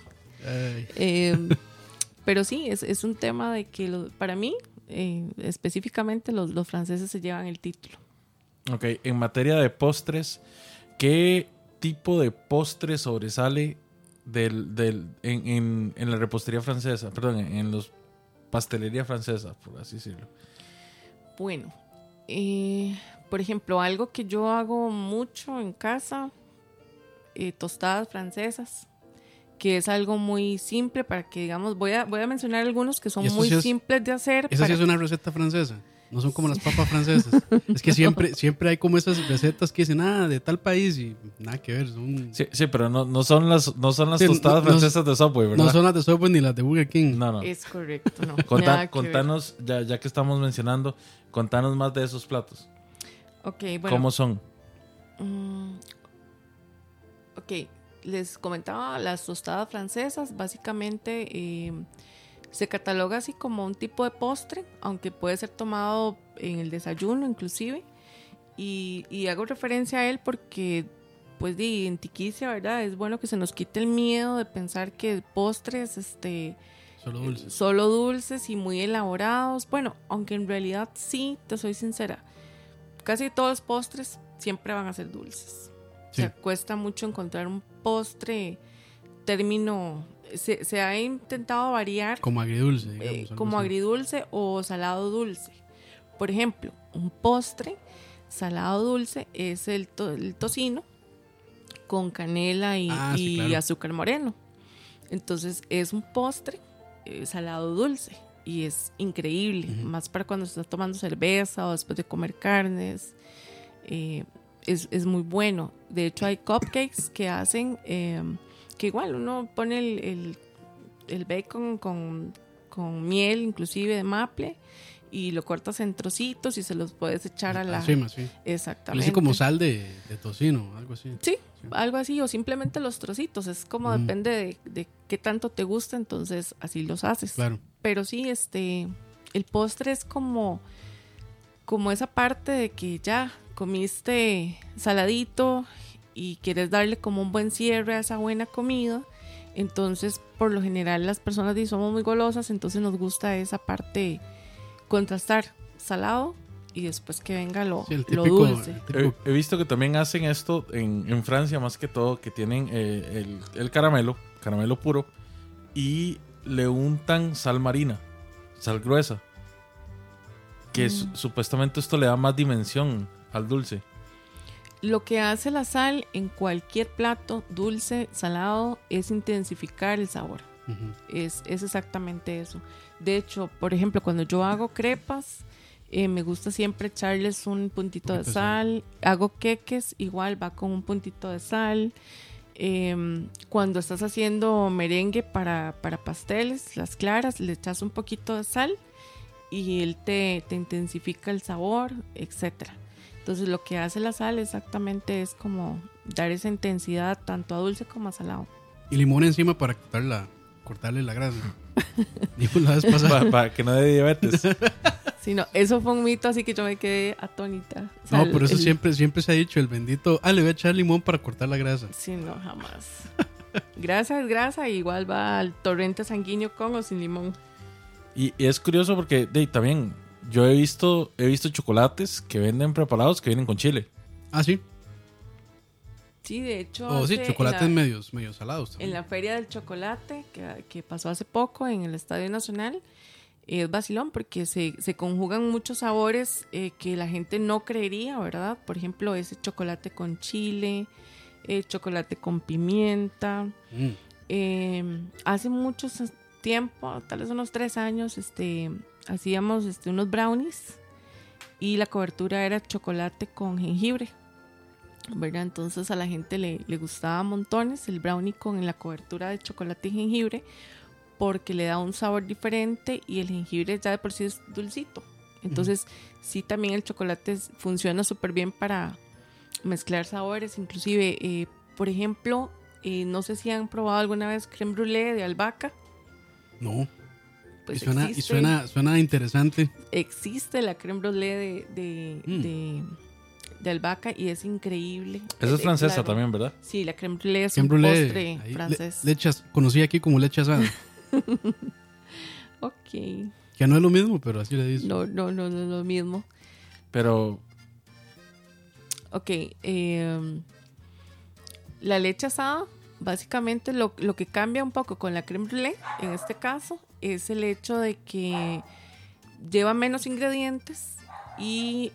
Pero sí, es un tema de que para mí, específicamente, los franceses se llevan el título. Ok, en materia de postres, ¿qué tipo de postre sobresale en la repostería francesa? Perdón, en los pastelería francesa, por así decirlo. Bueno, por ejemplo, algo que yo hago mucho en casa, tostadas francesas, que es algo muy simple para que, digamos, voy a mencionar algunos que son muy simples de hacer. Esa sí es una receta francesa. No son como las papas francesas. Es que siempre hay como esas recetas que dicen, de tal país y nada que ver. Sí, pero no son las tostadas francesas de Subway, ¿verdad? No son las de Subway ni las de Burger King. No. Es correcto, no. Contanos, ya que estamos mencionando, contanos más de esos platos. Ok, bueno. ¿Cómo son? Ok, les comentaba, las tostadas francesas básicamente se cataloga así como un tipo de postre, aunque puede ser tomado en el desayuno inclusive, y hago referencia a él porque pues en Tiquicia, ¿verdad? Es bueno que se nos quite el miedo de pensar que postres solo dulces y muy elaborados. Bueno, aunque en realidad sí, te soy sincera, casi todos los postres siempre van a ser dulces. Sí. O sea, cuesta mucho encontrar un postre término. Se ha intentado variar. Como agridulce, digamos. Como agridulce o salado dulce. Por ejemplo, un postre salado dulce es el tocino con canela y claro, azúcar moreno. Entonces es un postre salado dulce y es increíble. Más para cuando se está tomando cerveza o después de comer carnes. Es muy bueno. De hecho hay cupcakes que hacen que igual uno pone el bacon con miel inclusive de maple y lo cortas en trocitos y se los puedes echar a la... Encima, sí. Exactamente. Le hice como sal de tocino, algo así. Sí, algo así, o simplemente los trocitos. Es como depende de qué tanto te gusta, entonces así los haces. Claro. Pero sí, el postre es como esa parte de que ya comiste saladito y quieres darle como un buen cierre a esa buena comida. Entonces, por lo general, las personas somos muy golosas, entonces nos gusta esa parte, contrastar salado y después que venga lo dulce. He visto que también hacen esto en Francia, más que todo, que tienen el caramelo puro, y le untan sal marina, sal gruesa, que supuestamente esto le da más dimensión al dulce. Lo que hace la sal en cualquier plato, dulce, salado, es intensificar el sabor. Es exactamente eso. De hecho, por ejemplo, cuando yo hago crepas, me gusta siempre echarles un puntito de sal. Hago queques, igual va con un puntito de sal. Cuando estás haciendo merengue para pasteles, las claras, le echas un poquito de sal y él te intensifica el sabor, etcétera. Entonces lo que hace la sal exactamente es como dar esa intensidad tanto a dulce como a salado. Y limón encima para cortarle la grasa. Dijo la vez pasada. Para que no dé diabetes. Sí, no, eso fue un mito, así que yo me quedé atónita. O sea, No, por eso siempre se ha dicho el bendito. Le voy a echar limón para cortar la grasa. Sí, no, jamás. Grasa es grasa, igual va al torrente sanguíneo con o sin limón. Y es curioso porque también yo he visto chocolates que venden preparados que vienen con chile. Ah, sí. Sí, de hecho. O sí, chocolates medios salados también. En la Feria del Chocolate, que pasó hace poco en el Estadio Nacional, es vacilón porque se conjugan muchos sabores que la gente no creería, ¿verdad? Por ejemplo, ese chocolate con chile, chocolate con pimienta. Hace mucho tiempo, tal vez unos 3 años, hacíamos unos brownies y la cobertura era chocolate con jengibre, ¿verdad? Entonces a la gente le gustaba montones el brownie con la cobertura de chocolate y jengibre porque le da un sabor diferente y el jengibre ya de por sí es dulcito. Entonces sí, también el chocolate funciona súper bien para mezclar sabores. Inclusive, por ejemplo, no sé si han probado alguna vez crème brûlée de albahaca. No. Pues suena interesante. Existe la crème brûlée de albahaca y es increíble. Esa es francesa también, ¿verdad? Sí, la crème brûlée es un postre francés. Conocí aquí como leche asada. Ok. Que no es lo mismo, pero así le dicen. No es lo mismo. Pero... Ok. La leche asada, básicamente lo que cambia un poco con la crème brûlée, en este caso, es el hecho de que lleva menos ingredientes y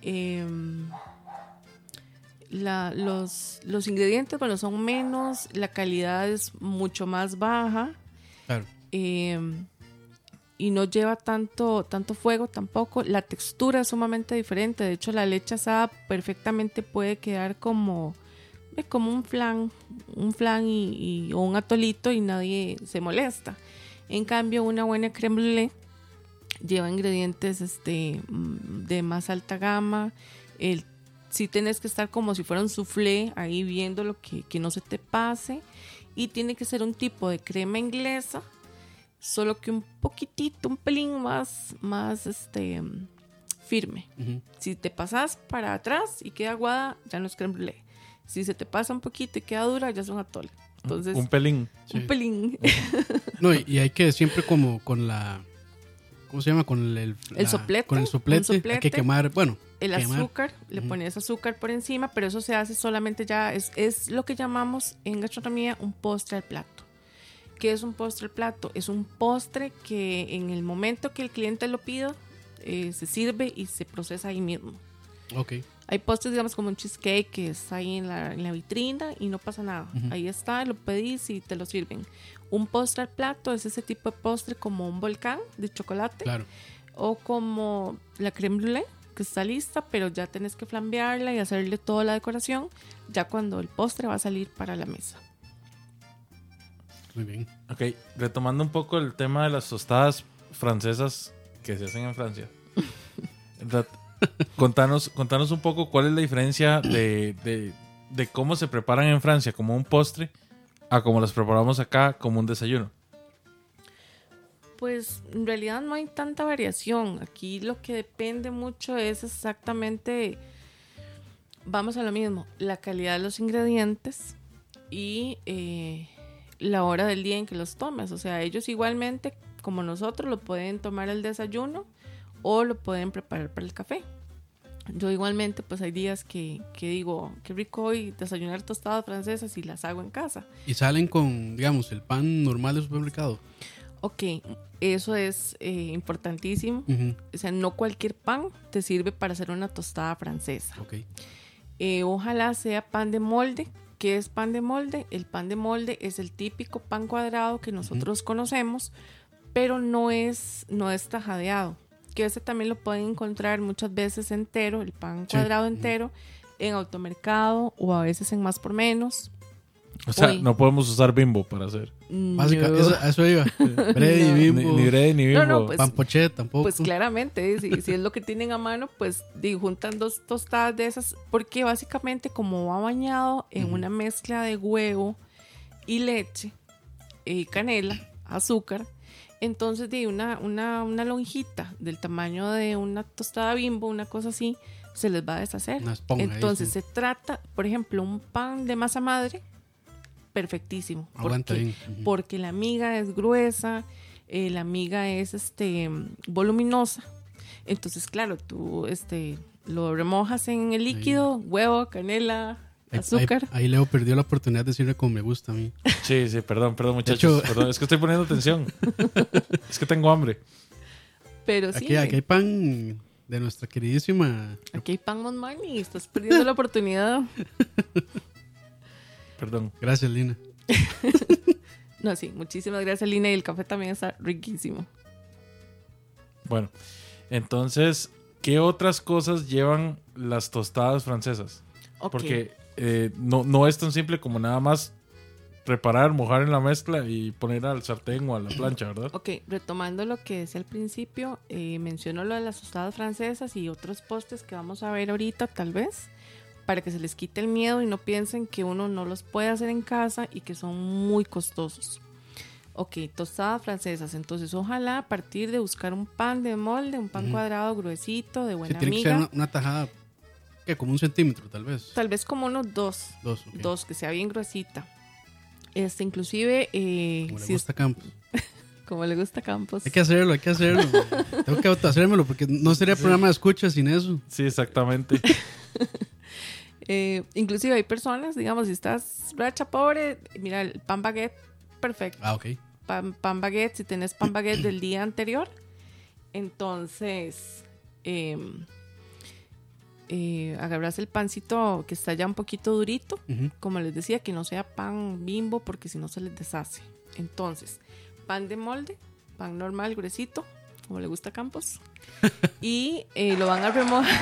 los ingredientes, bueno, son menos, la calidad es mucho más baja. Claro. Y no lleva tanto fuego tampoco. La textura es sumamente diferente. De hecho, la leche asada perfectamente puede quedar como un flan o un atolito y nadie se molesta. En cambio, una buena crème brûlée lleva ingredientes de más alta gama. Sí tienes que estar como si fuera un soufflé ahí viendo lo que no se te pase. Y tiene que ser un tipo de crema inglesa, solo que un poquitito, un pelín más firme. Uh-huh. Si te pasas para atrás y queda aguada, ya no es crème brûlée. Si se te pasa un poquito y queda dura, ya es un atole. Entonces, un pelín. Un pelín. No, y hay que siempre como con la... ¿Cómo se llama? Con el soplete. Con el soplete. Hay que quemar, azúcar, le pones azúcar por encima, pero eso se hace solamente ya, es lo que llamamos en gastronomía un postre al plato. ¿Qué es un postre al plato? Es un postre que en el momento que el cliente lo pida, se sirve y se procesa ahí mismo. Ok. Hay postres, digamos, como un cheesecake que está ahí en la vitrina y no pasa nada. Uh-huh. Ahí está, lo pedís y te lo sirven. Un postre al plato es ese tipo de postre como un volcán de chocolate. Claro. O como la crème brûlée, que está lista, pero ya tenés que flambearla y hacerle toda la decoración ya cuando el postre va a salir para la mesa. Muy bien. Ok, retomando un poco el tema de las tostadas francesas que se hacen en Francia. Contanos un poco cuál es la diferencia de cómo se preparan en Francia como un postre a cómo las preparamos acá como un desayuno. Pues en realidad no hay tanta variación. Aquí lo que depende mucho es exactamente, vamos a lo mismo, la calidad de los ingredientes y la hora del día en que los tomes. O sea, ellos igualmente, como nosotros, lo pueden tomar al desayuno o lo pueden preparar para el café. Yo igualmente, pues hay días que digo, qué rico hoy desayunar tostadas francesas y las hago en casa. ¿Y salen con, digamos, el pan normal del supermercado? Ok, eso es importantísimo. Uh-huh. O sea, no cualquier pan te sirve para hacer una tostada francesa. Okay. Ojalá sea pan de molde. ¿Qué es pan de molde? El pan de molde es el típico pan cuadrado que nosotros conocemos, pero no es tajadeado. Que ese también lo pueden encontrar muchas veces entero, el pan cuadrado entero, en automercado o a veces en Más por Menos. O sea, no podemos usar Bimbo para hacer. Eso iba. Brady, Bimbo. Ni Brady ni Bimbo. No, pues, pan poché tampoco. Pues claramente, si es lo que tienen a mano, pues juntan 2 tostadas de esas, porque básicamente como va bañado en una mezcla de huevo y leche y canela, azúcar, Entonces, de una lonjita del tamaño de una tostada Bimbo, una cosa así, se les va a deshacer. Una esponja ahí, Entonces, sí. se trata, por ejemplo, un pan de masa madre, perfectísimo. Aguanta bien. Ujú. Porque la miga es gruesa, la miga es voluminosa. Entonces, claro, tú lo remojas en el líquido, huevo, canela, azúcar. Ahí Leo perdió la oportunidad de decirle como me gusta a mí. Sí, perdón, muchachos. hecho- Perdón, es que estoy poniendo atención. Es que tengo hambre. Pero sí, Aquí hay pan de nuestra queridísima. aquí hay pan Monmani, estás perdiendo la oportunidad. Perdón. Gracias, Lina. No, sí, muchísimas gracias, Lina, y el café también está riquísimo. Bueno, entonces, ¿qué otras cosas llevan las tostadas francesas? Ok. Porque no es tan simple como nada más preparar, mojar en la mezcla y poner al sartén o a la plancha, ¿verdad? Ok, retomando lo que decía al principio, menciono lo de las tostadas francesas y otros postres que vamos a ver ahorita, tal vez, para que se les quite el miedo y no piensen que uno no los puede hacer en casa y que son muy costosos. Ok, tostadas francesas. Entonces, ojalá a partir de buscar un pan de molde, un pan cuadrado gruesito, de Sí, buena tiene que ser miga, una tajada, que como 1 centímetro, tal vez. tal vez como unos dos, Dos, ok. dos, que sea bien gruesita. Inclusive, Como le si gusta a Campos. como le gusta a Campos. Hay que hacerlo. Tengo que autohacérmelo porque no sería programa de escucha sin eso. Sí, exactamente. Inclusive hay personas, digamos, si estás racha pobre, mira, el pan baguette, perfecto. Ah, ok. Pan baguette, si tenés pan baguette del día anterior, entonces agarras el pancito que está ya un poquito durito, Ujú. como les decía, que no sea pan Bimbo porque si no se les deshace. Entonces, pan de molde, pan normal, gruesito, como le gusta a Campos, y lo van a remojar.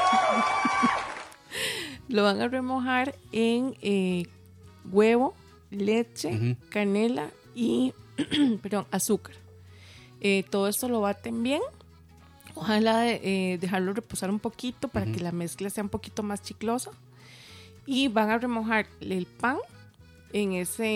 Lo van a remojar en huevo, leche, Ujú. canela y perdón, azúcar. Todo esto lo baten bien. Ojalá dejarlo reposar un poquito para que la mezcla sea un poquito más chiclosa. Y van a remojar el pan en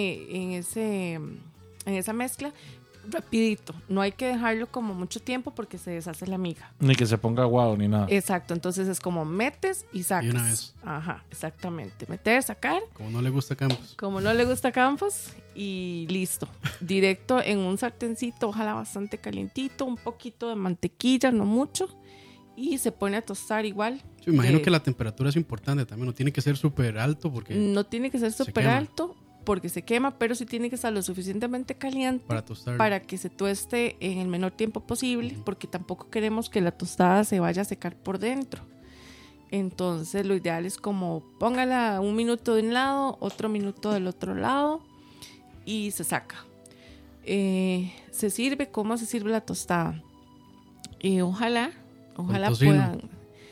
esa mezcla rapidito. No hay que dejarlo como mucho tiempo porque se deshace la miga. Ni que se ponga aguado ni nada. Exacto, entonces es como metes y sacas. Y una vez. Ajá, exactamente. Meter, sacar, Como no le gusta a Campos. como no le gusta a Campos, y listo. Directo en un sartencito, ojalá bastante calientito, un poquito de mantequilla, no mucho, y se pone a tostar igual. Sí, me imagino que la temperatura es importante también. No tiene que ser súper alto porque No tiene que ser Se súper quema. alto porque se quema, pero sí tiene que estar lo suficientemente caliente para tostar. para que se tueste en el menor tiempo posible, porque tampoco queremos que la tostada se vaya a secar por dentro. Entonces lo ideal es como póngala 1 minuto de un lado, otro minuto del otro lado y se saca. Se sirve, ¿cómo se sirve la tostada? Ojalá tocino. puedan.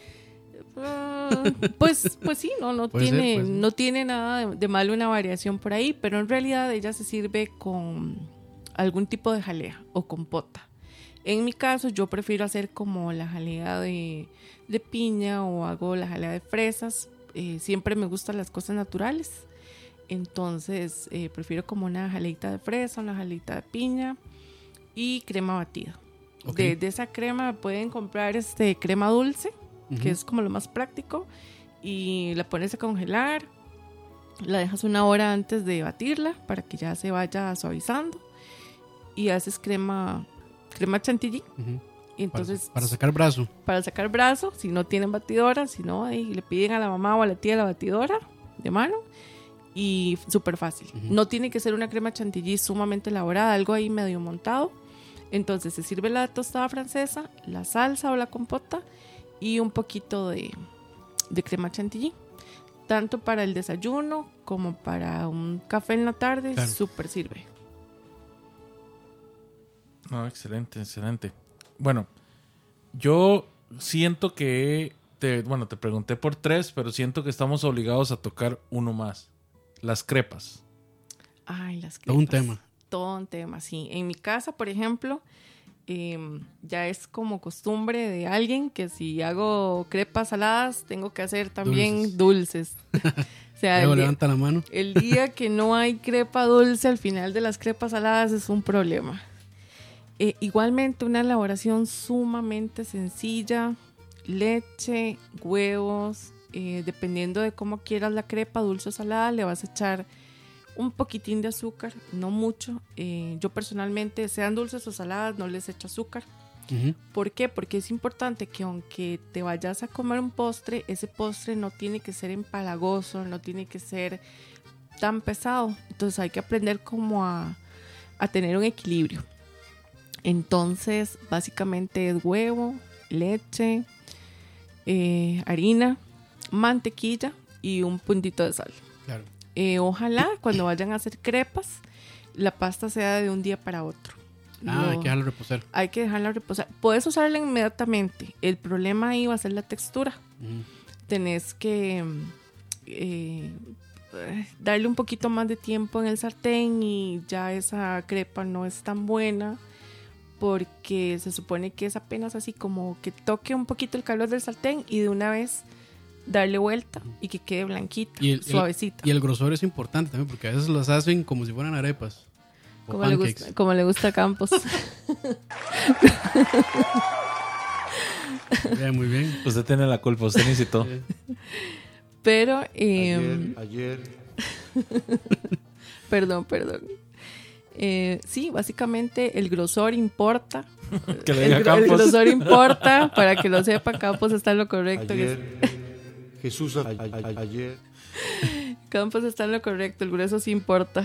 Pues sí, no Puede ser, tiene, puede ser. no tiene nada de malo una variación por ahí, pero en realidad ella se sirve con algún tipo de jalea o compota. En mi caso, yo prefiero hacer como la jalea de piña o hago la jalea de fresas. Siempre me gustan las cosas naturales. Entonces, prefiero como una jaleita de fresa, una jaleita de piña y crema batida. Ok. De esa crema pueden comprar crema dulce, que es como lo más práctico, y la pones a congelar, la dejas 1 hora antes de batirla para que ya se vaya suavizando y haces crema chantilly. Ujú. Y entonces Para sacar brazo. para sacar brazo, si no tienen batidora, si no, ahí le piden a la mamá o a la tía la batidora de mano y súper fácil. No tiene que ser una crema chantilly sumamente elaborada, algo ahí medio montado. Entonces se sirve la tostada francesa, la salsa o la compota y un poquito de crema chantilly. Tanto para el desayuno como para un café en la tarde, Claro. súper sirve. No, excelente, excelente. Bueno, yo siento que te pregunté por 3, pero siento que estamos obligados a tocar uno más. Las crepas. Ay, las crepas. Todo un tema. Todo un tema, sí. En mi casa, por ejemplo, ya es como costumbre de alguien que si hago crepas saladas, tengo que hacer también dulces. O sea, Luego levanta la mano. el día que no hay crepa dulce, al final de las crepas saladas es un problema. Igualmente una elaboración sumamente sencilla, leche, huevos, dependiendo de cómo quieras la crepa, dulce o salada, le vas a echar un poquitín de azúcar, no mucho. Yo personalmente, sean dulces o saladas, no les echo azúcar. Ujú. ¿Por qué? Porque es importante que aunque te vayas a comer un postre, ese postre no tiene que ser empalagoso, no tiene que ser tan pesado. Entonces hay que aprender como a tener un equilibrio. Entonces básicamente es huevo, leche, harina, mantequilla y un puntito de sal. Claro. Ojalá cuando vayan a hacer crepas la pasta sea de un día para otro. Hay que dejarlo reposar. Hay que dejarla reposar. Puedes usarla inmediatamente. El problema ahí va a ser la textura. Ujú. Tenés que darle un poquito más de tiempo en el sartén y ya esa crepa no es tan buena porque se supone que es apenas así como que toque un poquito el calor del sartén y de una vez darle vuelta y que quede blanquita, suavecita. Y el grosor es importante también porque a veces las hacen como si fueran arepas. O pancakes. Como le gusta a Campos. Muy bien. Usted tiene la culpa, usted necesitó. Pero Ayer. perdón. Sí, básicamente el grosor importa. Que le diga el Campos. grosor importa, para que lo sepa, Campos está en lo correcto. Jesús, ayer. Campos está en lo correcto, el grueso sí importa.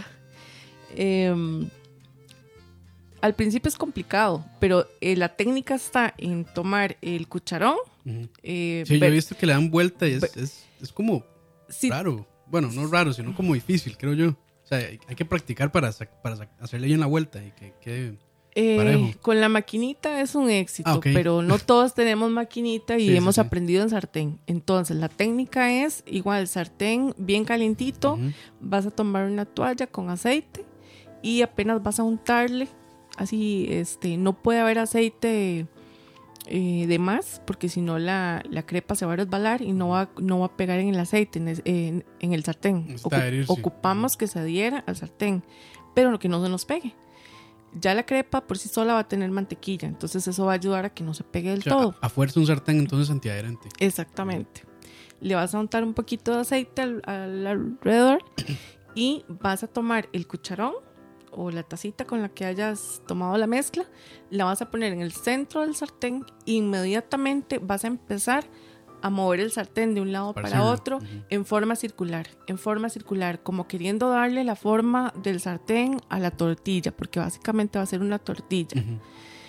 Al principio es complicado, pero la técnica está en tomar el cucharón. Ujú. Sí, yo he visto que le dan vuelta y es como Sí. raro. Bueno, no raro, sino como difícil, creo yo. O sea, hay que practicar para hacerle bien la vuelta y que quede parejo. Con la maquinita es un éxito, Ok. pero no todos tenemos maquinita y Sí, hemos sí. aprendido en sartén. Entonces, la técnica es igual, sartén bien calientito, Ujú. vas a tomar una toalla con aceite y apenas vas a untarle, así, no puede haber aceite de más, porque si no la crepa se va a resbalar y no va a pegar en el aceite, en el sartén. Está adherirse. Ocupamos que se adhiera al sartén, pero que no se nos pegue. Ya la crepa por sí sola va a tener mantequilla, entonces eso va a ayudar a que no se pegue del O sea, todo. a fuerza un sartén entonces antiadherente. Exactamente. Le vas a untar un poquito de aceite alrededor y vas a tomar el cucharón o la tacita con la que hayas tomado la mezcla, la vas a poner en el centro del sartén e inmediatamente vas a empezar a mover el sartén de un lado para Parciarlo. otro Ujú. en forma circular, como queriendo darle la forma del sartén a la tortilla, porque básicamente va a ser una tortilla. Ujú.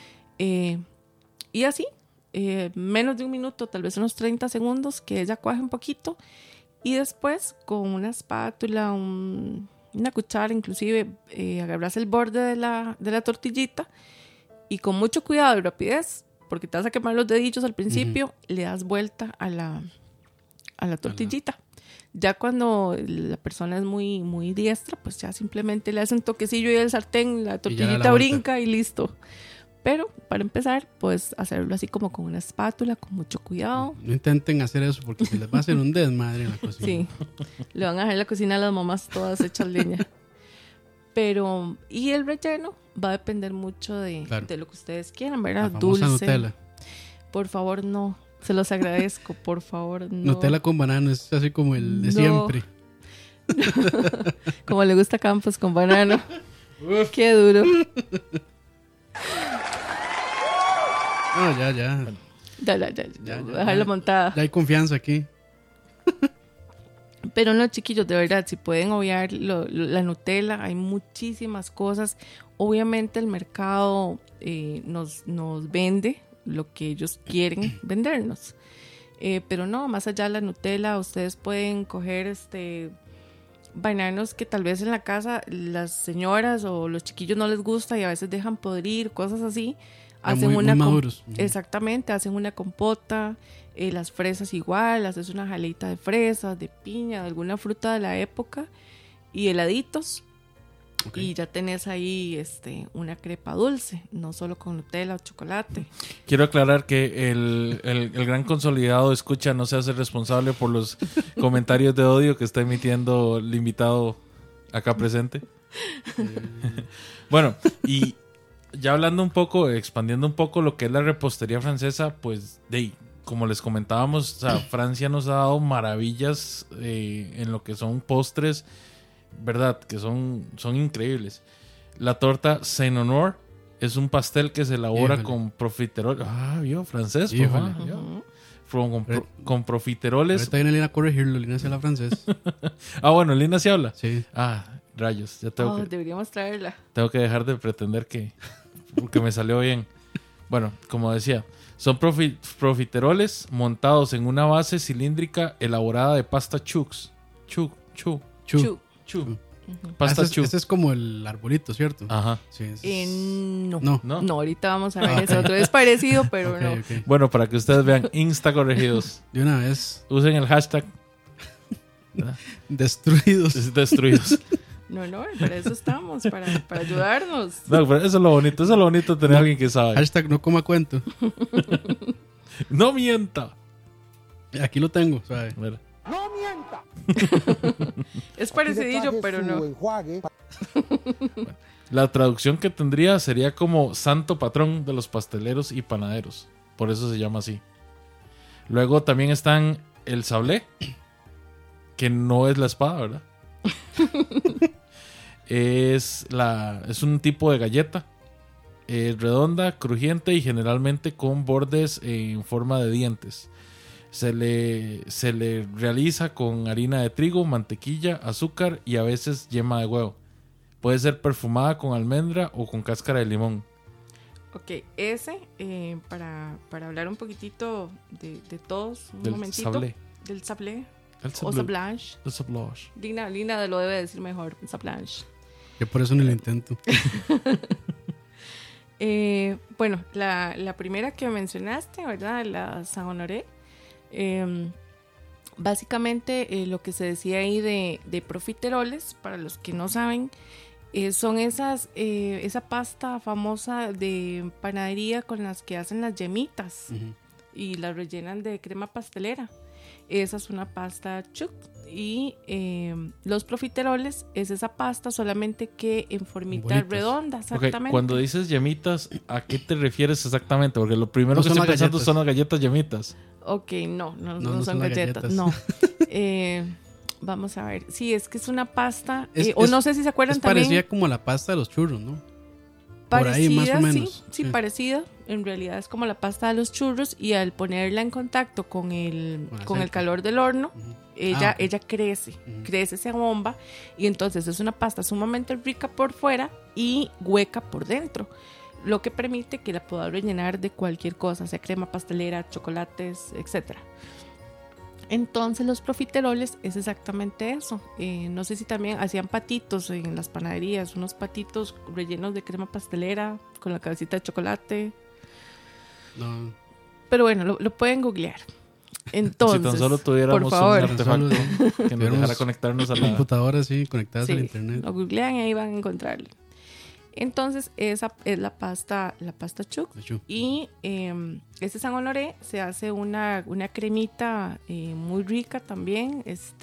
Y así, menos de un minuto, tal vez unos 30 segundos, que ella cuaje un poquito. Y después, con una espátula, una cuchara, inclusive, agarras el borde de la tortillita y con mucho cuidado y rapidez, porque te vas a quemar los dedillos al principio, le das vuelta a la tortillita. Ya cuando la persona es muy, muy diestra, pues ya simplemente le hace un toquecillo y el sartén, la tortillita vuelta. brinca y listo. Pero para empezar, pues hacerlo así como con una espátula, con mucho cuidado. No intenten hacer eso porque se les va a hacer un desmadre en la cocina. Sí, le van a dejar la cocina a las mamás todas hechas leña. Pero, y el relleno va a depender mucho de lo que ustedes quieran, ¿verdad? La famosa Dulce. Nutella. Por favor, no. Se los agradezco, por favor, no. Nutella con banano es así como el de No. siempre. Como le gusta a Campos con banano. Qué duro. No, ya. Ya. Ya, Voy a dejarla montada. Ya hay confianza aquí. Pero no, chiquillos, de verdad, si pueden obviar la Nutella, hay muchísimas cosas. Obviamente el mercado nos vende lo que ellos quieren vendernos. Pero no, más allá de la Nutella, ustedes pueden coger bananos que tal vez en la casa las señoras o los chiquillos no les gusta y a veces dejan podrir, cosas así. Hacen muy maduros. Exactamente, hacen una compota, las fresas igual, haces una jaleita de fresas, de piña, de alguna fruta de la época y heladitos. Okay. Y ya tenés ahí una crepa dulce, no solo con Nutella o chocolate. Quiero aclarar que el gran consolidado escucha no se hace responsable por los comentarios de odio que está emitiendo el invitado acá presente. Bueno, y ya hablando un poco, expandiendo un poco lo que es la repostería francesa, pues como les comentábamos, o sea, Francia nos ha dado maravillas en lo que son postres, ¿verdad? Que son increíbles. La torta Saint-Honor es un pastel que se elabora Híjole. con profiterol. Ah, vio, francés, Híjole. papá, ¿vio? Con profiteroles. Ahorita viene Lina a corregirlo, Lina se habla francés. Ah, bueno, Lina sí habla. Sí. Ah, rayos, ya tengo que... Deberíamos traerla. Tengo que dejar de pretender que me salió bien. Bueno, como decía, son profiteroles montados en una base cilíndrica elaborada de pasta chux. Chu. Pasta chu. Este es como el arbolito, ¿cierto? Ajá. Sí, No. No. No, ahorita vamos a ver ese otro. Es parecido, pero Ok, no. ok. Bueno, para que ustedes vean, Insta corregidos. De una vez, Usen el hashtag destruidos. destruidos. No, para eso estamos, para ayudarnos. No, pero eso es lo bonito de tener a alguien que sabe. Hashtag no coma cuento. No mienta. Aquí lo tengo, ¿sabe? Mira. Es parecidillo, pero no. La traducción que tendría sería como santo patrón de los pasteleros y panaderos. Por eso se llama así. Luego también están el sablé, que no es la espada, ¿verdad? Es un tipo de galleta. Es redonda, crujiente y generalmente con bordes en forma de dientes. Se le realiza con harina de trigo, mantequilla, azúcar y a veces yema de huevo. Puede ser perfumada con almendra o con cáscara de limón. Ok, ese, para hablar un poquitito de todos, un Del momentito. sablé. Del sablé. El O sablé. sablanche. El sablanche. Lina lo debe decir mejor, sablanche. Yo por eso ni lo intento. Bueno, la primera que mencionaste, ¿verdad? La Saint-Honoré. Básicamente lo que se decía ahí de profiteroles, para los que no saben, son esa pasta famosa de panadería con las que hacen las yemitas y las rellenan de crema pastelera. Esa es una pasta chuc. Y los profiteroles es esa pasta solamente que en formita Bolitas. redonda, Ok, exactamente. cuando dices yemitas, ¿a qué te refieres exactamente? Porque lo primero No que son estoy las pensando galletas. son las galletas yemitas. Ok, no No son las galletas, galletas. no. Vamos a ver. Sí, es que es una pasta. Es- o es- no sé si se acuerdan Es también. parecida como la pasta de los churros, ¿no? Parecida, por ahí, más o menos. Sí, parecida. En realidad es como la pasta de los churros y al ponerla en contacto con el aceite. calor del horno, ella ok. crece, se bomba y entonces es una pasta sumamente rica por fuera y hueca por dentro, lo que permite que la pueda rellenar de cualquier cosa, sea crema pastelera, chocolates, etcétera. Entonces los profiteroles es exactamente eso. No sé si también hacían patitos en las panaderías, unos patitos rellenos de crema pastelera con la cabecita de chocolate. No. Pero bueno, lo pueden googlear. Entonces, Si tan solo tuviéramos por favor, un artefacto que nos tuviéramos dejara conectarnos a la... computadoras, sí, conectadas sí, al internet. lo googlean y ahí van a encontrarlo. Entonces, esa es la pasta chuc. De hecho, Y este San Honoré se hace una cremita muy rica también.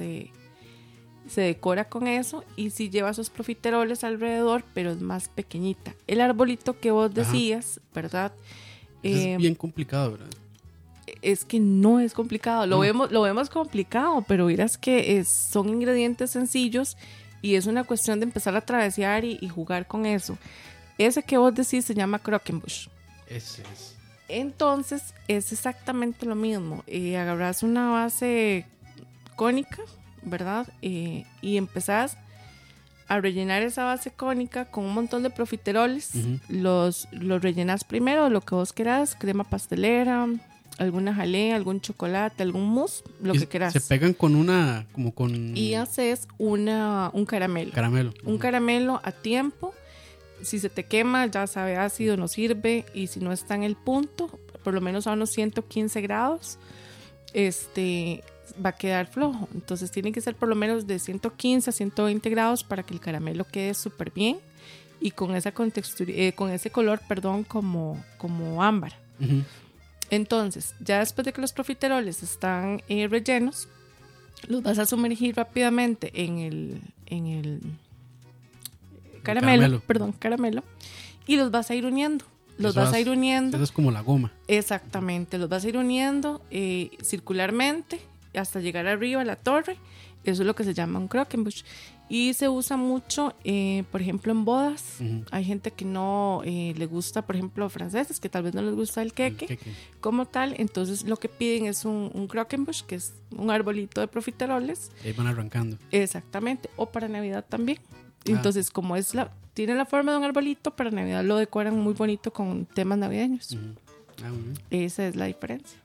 Se decora con eso y sí lleva sus profiteroles alrededor, pero es más pequeñita. El arbolito que vos decías, ¿verdad? es bien complicado, ¿verdad? Es que no es complicado. Lo vemos complicado, pero verás que son ingredientes sencillos y es una cuestión de empezar a travesear y jugar con eso. Ese que vos decís se llama croquembouche. Ese es. Entonces es exactamente lo mismo. Agarrás una base cónica, ¿verdad? Y empezás a rellenar esa base cónica con un montón de profiteroles. Los rellenas primero, lo que vos querás, crema pastelera, alguna jalea, algún chocolate, algún mousse, lo Y que querás. Se pegan con una, como con Y haces un caramelo. caramelo. Un caramelo a tiempo. Si se te quema, ya sabe ácido, no sirve. Y si no está en el punto, por lo menos a unos 115 grados, va a quedar flojo. Entonces tiene que ser por lo menos de 115 a 120 grados para que el caramelo quede súper bien y con esa contextura, con ese color, perdón, como ámbar. Entonces, ya después de que los profiteroles están rellenos, los vas a sumergir rápidamente en el caramelo. y los vas a ir uniendo. Eso es como la goma. Exactamente, los vas a ir uniendo circularmente hasta llegar arriba a la torre. Eso es lo que se llama un croquembouche. Y se usa mucho, por ejemplo, en bodas. Hay gente que no le gusta, por ejemplo, franceses, que tal vez no les gusta el queque como tal. Entonces lo que piden es un croquembouche, que es un arbolito de profiteroles. Ahí van arrancando. Exactamente, o para Navidad también. Entonces, como tiene la forma de un arbolito, para Navidad lo decoran muy bonito con temas navideños. Esa es la diferencia.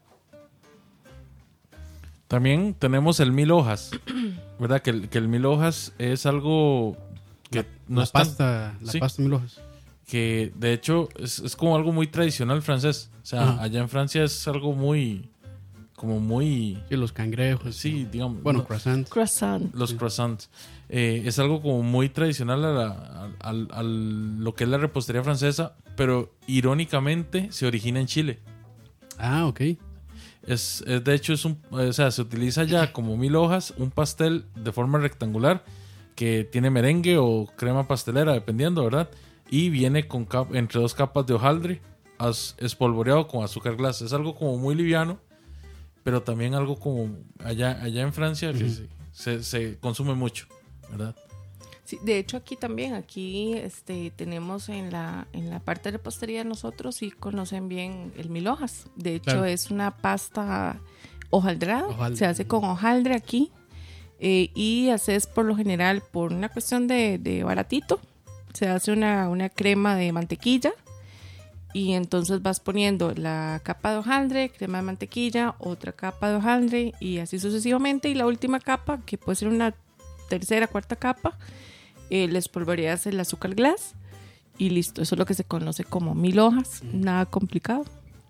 También tenemos el 1000 hojas, ¿verdad? Que el 1000 hojas es algo que no es pasta 1000 hojas. Que de hecho es como algo muy tradicional francés. O sea, allá en Francia es algo muy... Sí, los cangrejos. Sí, digamos. Bueno, croissant. Los croissants. Es algo como muy tradicional a lo que es la repostería francesa, pero irónicamente se origina en Chile. Ah, ok. De hecho, se utiliza ya como 1000 hojas, un pastel de forma rectangular que tiene merengue o crema pastelera, dependiendo, ¿verdad? Y viene entre 2 capas de hojaldre espolvoreado con azúcar glass. Es algo como muy liviano, pero también algo como allá en Francia que se consume mucho, ¿verdad? Sí, de hecho aquí tenemos en la parte de repostería nosotros sí conocen bien el 1000 hojas. De hecho es una pasta hojaldrada, se hace con hojaldre aquí y haces por lo general por una cuestión de baratito, se hace una crema de mantequilla y entonces vas poniendo la capa de hojaldre, crema de mantequilla, otra capa de hojaldre y así sucesivamente y la última capa que puede ser una tercera, cuarta capa. Les espolvoreas el azúcar glass y listo. Eso es lo que se conoce como 1000 hojas. Nada complicado.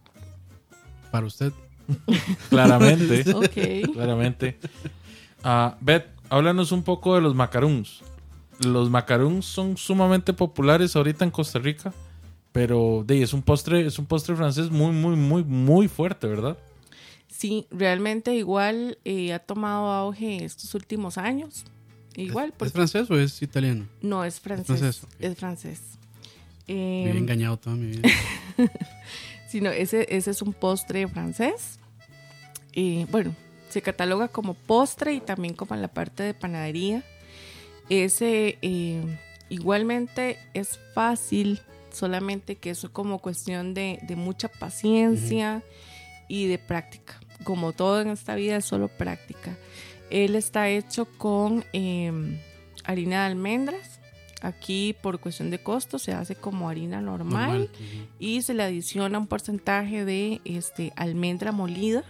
Para usted. Claramente. Ok. Claramente. Beth, háblanos un poco de los macaroons. Los macaroons son sumamente populares ahorita en Costa Rica, pero es un postre francés muy, muy, muy, muy fuerte, ¿verdad? Sí, realmente igual ha tomado auge estos últimos años. Igual, ¿Es francés o es italiano? No, es francés. Okay. Es francés. Me he engañado toda mi vida. Sí, no, ese es un postre francés. Bueno, se cataloga como postre y también como en la parte de panadería. Ese igualmente es fácil, solamente que es como cuestión de mucha paciencia y de práctica. Como todo en esta vida es solo práctica. Él está hecho con harina de almendras. Aquí por cuestión de costo se hace como harina normal. Y se le adiciona un porcentaje de almendra molida.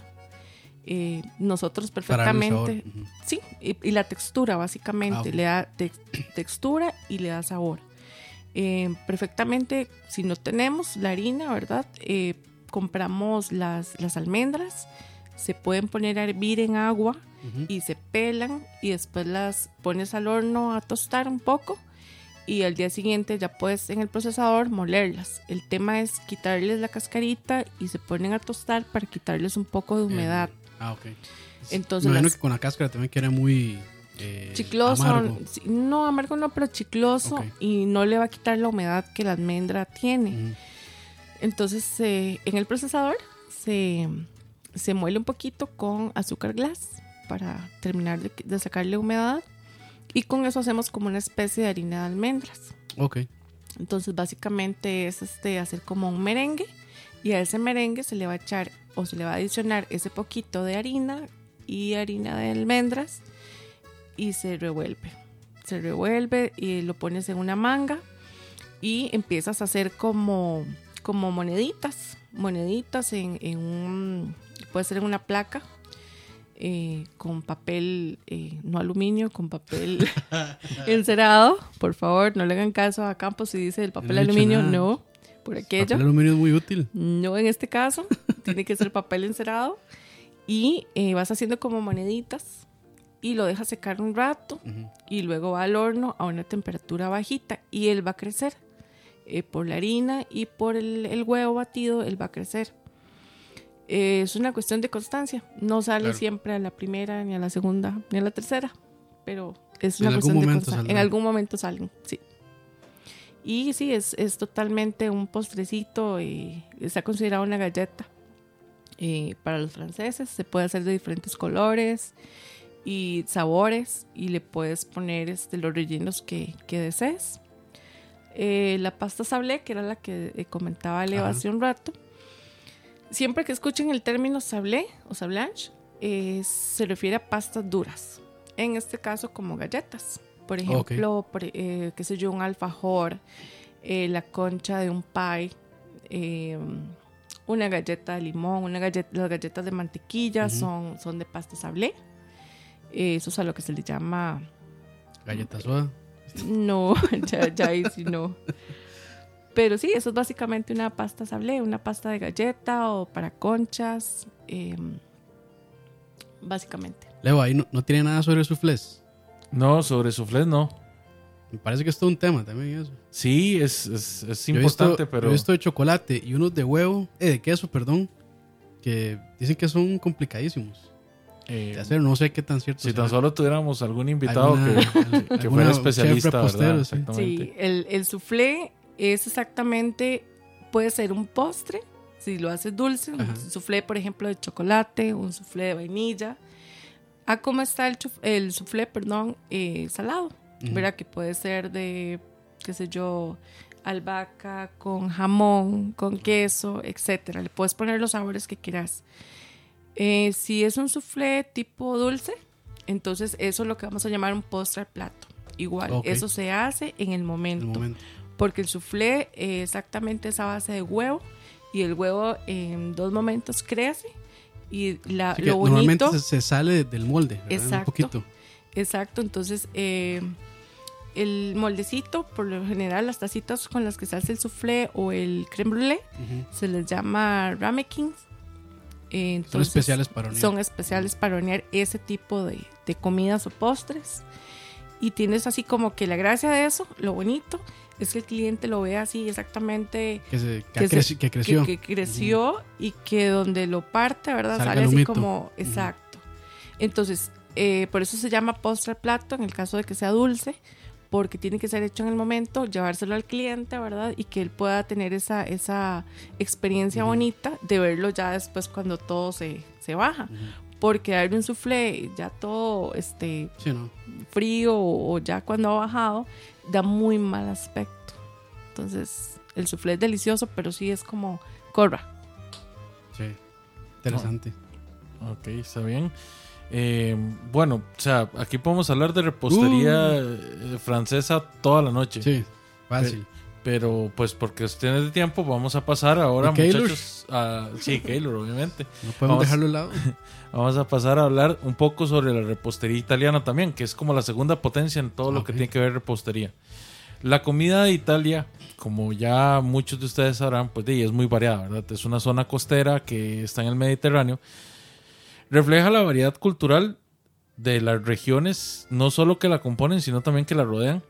Nosotros perfectamente... Sí, y la textura básicamente. Le da textura y le da sabor. Perfectamente, si no tenemos la harina, ¿verdad? Compramos las almendras. Se pueden poner a hervir en agua y se pelan y después las pones al horno a tostar un poco y al día siguiente ya puedes en el procesador molerlas. El tema es quitarles la cascarita y se ponen a tostar para quitarles un poco de humedad. Ok. Entonces, me imagino que con la cáscara también queda muy chicloso. Amargo. No, amargo no, pero chicloso y no le va a quitar la humedad que la almendra tiene. Entonces en el procesador se muele un poquito con azúcar glass para terminar de sacarle humedad y con eso hacemos como una especie de harina de almendras. Ok. Entonces básicamente es hacer como un merengue y a ese merengue se le va a echar o se le va a adicionar ese poquito de harina y harina de almendras y se revuelve y lo pones en una manga y empiezas a hacer como moneditas en un... Puede ser en una placa con papel, no aluminio, con papel encerado. Por favor, no le hagan caso a Campos si dice el papel aluminio. No, por aquello. El papel aluminio es muy útil. No en este caso, tiene que ser papel encerado. Y vas haciendo como moneditas y lo dejas secar un rato y luego va al horno a una temperatura bajita y él va a crecer. Por la harina y por el huevo batido, él va a crecer. Es una cuestión de constancia. No sale siempre a la primera, ni a la segunda, ni a la tercera. Pero es una cuestión de constancia. En algún momento salen, sí. Y sí, es totalmente un postrecito y está considerado una galleta para los franceses. Se puede hacer de diferentes colores y sabores y le puedes poner los rellenos que desees. La pasta sablé, que era la que comentaba Leo hace un rato. Siempre que escuchen el término sablé o sablanche, se refiere a pastas duras. En este caso, como galletas. Por ejemplo, qué sé yo, un alfajor, la concha de un pie, una galleta de limón, las galletas de mantequilla son de pasta sablé. Eso es a lo que se le llama... ¿Galleta soda? No, ya ahí sí no. Pero sí, eso es básicamente una pasta sablé, una pasta de galleta o para conchas, básicamente. Leo, ahí no tiene nada sobre soufflés. No, sobre soufflés no. Me parece que es todo un tema también eso. Sí, es importante, pero... Yo he visto de chocolate y unos de huevo, de queso, perdón, que dicen que son complicadísimos de hacer. No sé qué tan cierto si sea. tan solo tuviéramos algún invitado que fuera especialista, ¿verdad? Sí, el soufflé es exactamente, puede ser un postre, si lo haces dulce, un soufflé, por ejemplo, de chocolate, un soufflé de vainilla. Como está el soufflé, salado, ¿verdad? Que puede ser de, qué sé yo, albahaca con jamón, con queso, etcétera. Le puedes poner los sabores que quieras. Si es un soufflé tipo dulce, entonces eso es lo que vamos a llamar un postre al plato. Igual, eso se hace en el momento. Porque el soufflé exactamente es a base de huevo y el huevo en 2 momentos crece. Y lo bonito, normalmente se sale del molde, ¿verdad? Exacto, un poquito. Exacto, entonces el moldecito, por lo general las tacitas con las que se hace el soufflé o el crème brûlée, se les llama ramekins. Son especiales para hornear. Son especiales para hornear ese tipo de comidas o postres. Y tienes así como que la gracia de eso, lo bonito, es que el cliente lo ve así exactamente que creció. Que creció y que donde lo parte, ¿verdad? Sale así como exacto. Entonces, por eso se llama postre al plato en el caso de que sea dulce, porque tiene que ser hecho en el momento, llevárselo al cliente, ¿verdad? Y que él pueda tener esa experiencia bonita de verlo ya después cuando todo se baja. Porque darle un soufflé ya todo frío o ya cuando ha bajado da muy mal aspecto. Entonces el soufflé es delicioso, pero sí es como corra. Sí, interesante. Ok, está bien. Bueno, o sea, aquí podemos hablar de repostería francesa toda la noche. Sí, fácil. Pero pues por cuestiones de tiempo vamos a pasar ahora, muchachos, sí, Keylor, obviamente. No podemos dejarlo al lado. Vamos a pasar a hablar un poco sobre la repostería italiana también, que es como la segunda potencia en todo lo que tiene que ver repostería. La comida de Italia, como ya muchos de ustedes sabrán, pues es muy variada, ¿verdad? Es una zona costera que está en el Mediterráneo. Refleja la variedad cultural de las regiones, no solo que la componen, sino también que la rodean.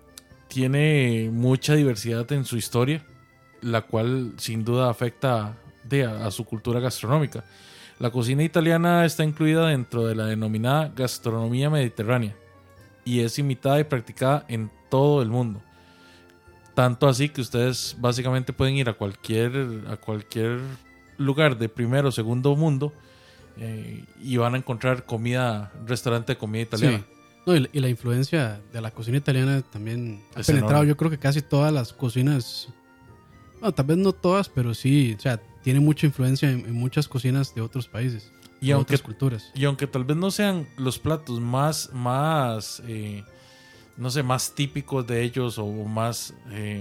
Tiene mucha diversidad en su historia, la cual sin duda afecta a su cultura gastronómica. La cocina italiana está incluida dentro de la denominada gastronomía mediterránea y es imitada y practicada en todo el mundo. Tanto así que ustedes básicamente pueden ir a cualquier lugar de primer o segundo mundo y van a encontrar restaurante de comida italiana. Sí. No, y la influencia de la cocina italiana también ha Es penetrado, enorme. yo creo que casi todas las cocinas, bueno, tal vez no todas, pero sí, o sea, tiene mucha influencia en muchas cocinas de otros países, de otras culturas. Y aunque tal vez no sean los platos más no sé, más típicos de ellos o más,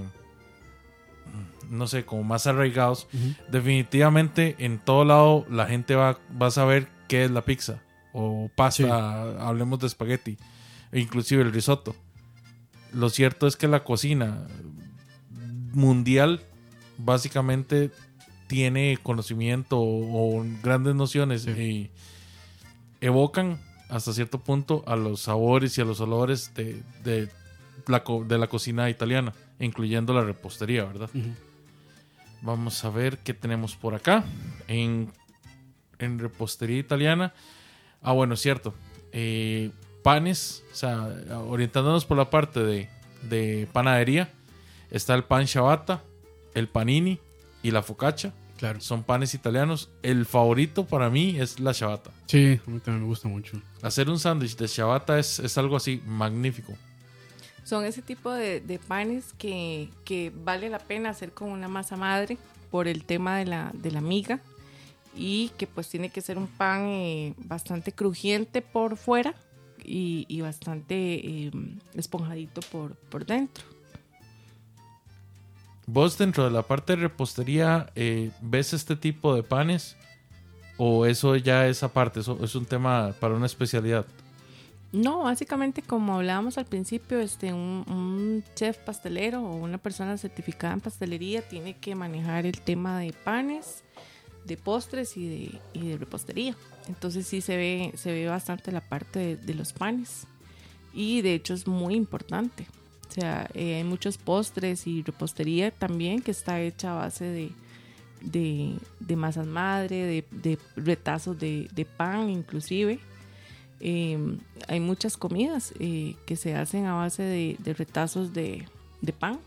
no sé, como más arraigados, definitivamente en todo lado la gente va a saber qué es la pizza o pasta, hablemos de espagueti, e inclusive el risotto. Lo cierto es que la cocina mundial básicamente tiene conocimiento o grandes nociones y evocan hasta cierto punto a los sabores y a los olores de la cocina italiana, incluyendo la repostería, ¿verdad? Vamos a ver qué tenemos por acá en repostería italiana. Bueno, cierto. Panes, o sea, orientándonos por la parte de panadería, Está el pan ciabatta, el panini y la focaccia. Claro. Son panes italianos. El favorito para mí es la ciabatta. Sí, a mí también me gusta mucho. Hacer un sándwich de ciabatta es algo así magnífico. Son ese tipo de panes que vale la pena hacer con una masa madre por el tema de la miga, y que pues tiene que ser un pan bastante crujiente por fuera y bastante esponjadito por dentro. ¿Vos dentro de la parte de repostería ves este tipo de panes? ¿O eso ya es aparte? ¿Eso es un tema para una especialidad? No, básicamente como hablábamos al principio, un chef pastelero o una persona certificada en pastelería tiene que manejar el tema de panes, de postres y de repostería. Entonces sí se ve bastante la parte de los panes, y de hecho es muy importante. O sea, hay muchos postres y repostería también que está hecha a base de masas madre, de retazos de pan inclusive. Hay muchas comidas que se hacen a base de retazos de pan.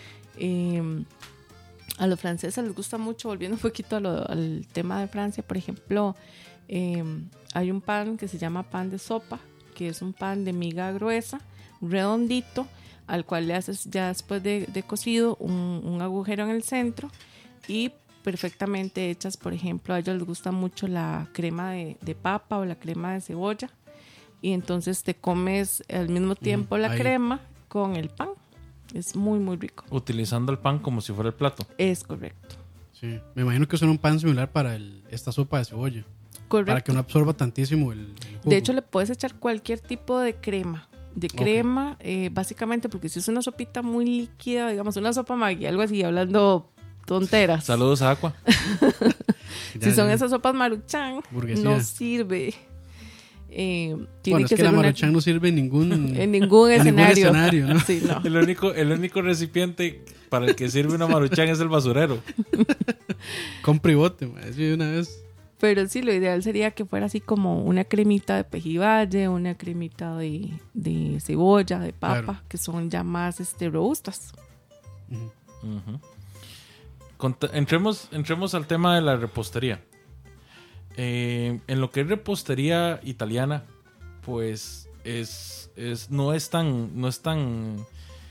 A los franceses les gusta mucho, volviendo un poquito al tema de Francia, por ejemplo, hay un pan que se llama pan de sopa, que es un pan de miga gruesa, redondito, al cual le haces ya después de cocido un agujero en el centro, y perfectamente hechas. Por ejemplo, a ellos les gusta mucho la crema de papa o la crema de cebolla, y entonces te comes al mismo tiempo la crema con el pan. Es muy muy rico. Utilizando el pan como si fuera el plato. Es correcto. Sí, me imagino que usan un pan similar para esta sopa de cebolla. Correcto. Para que no absorba tantísimo el jugo. De hecho, le puedes echar cualquier tipo de crema. Básicamente, porque si es una sopita muy líquida, digamos una sopa Maggi, algo así, hablando tonteras. Saludos a Aqua. Si son esas sopas Maruchan, burguesía, no sirve. Tiene bueno, es que la Maruchan no sirve en ningún escenario. ¿No? Sí, no. El único recipiente para el que sirve una Maruchan es el basurero. Compre y bote, así de una vez. Pero sí, lo ideal sería que fuera así como una cremita de pejibaye, una cremita de cebolla, de papa, claro, que son ya más robustas. Entremos al tema de la repostería. En lo que es repostería italiana, pues no es tan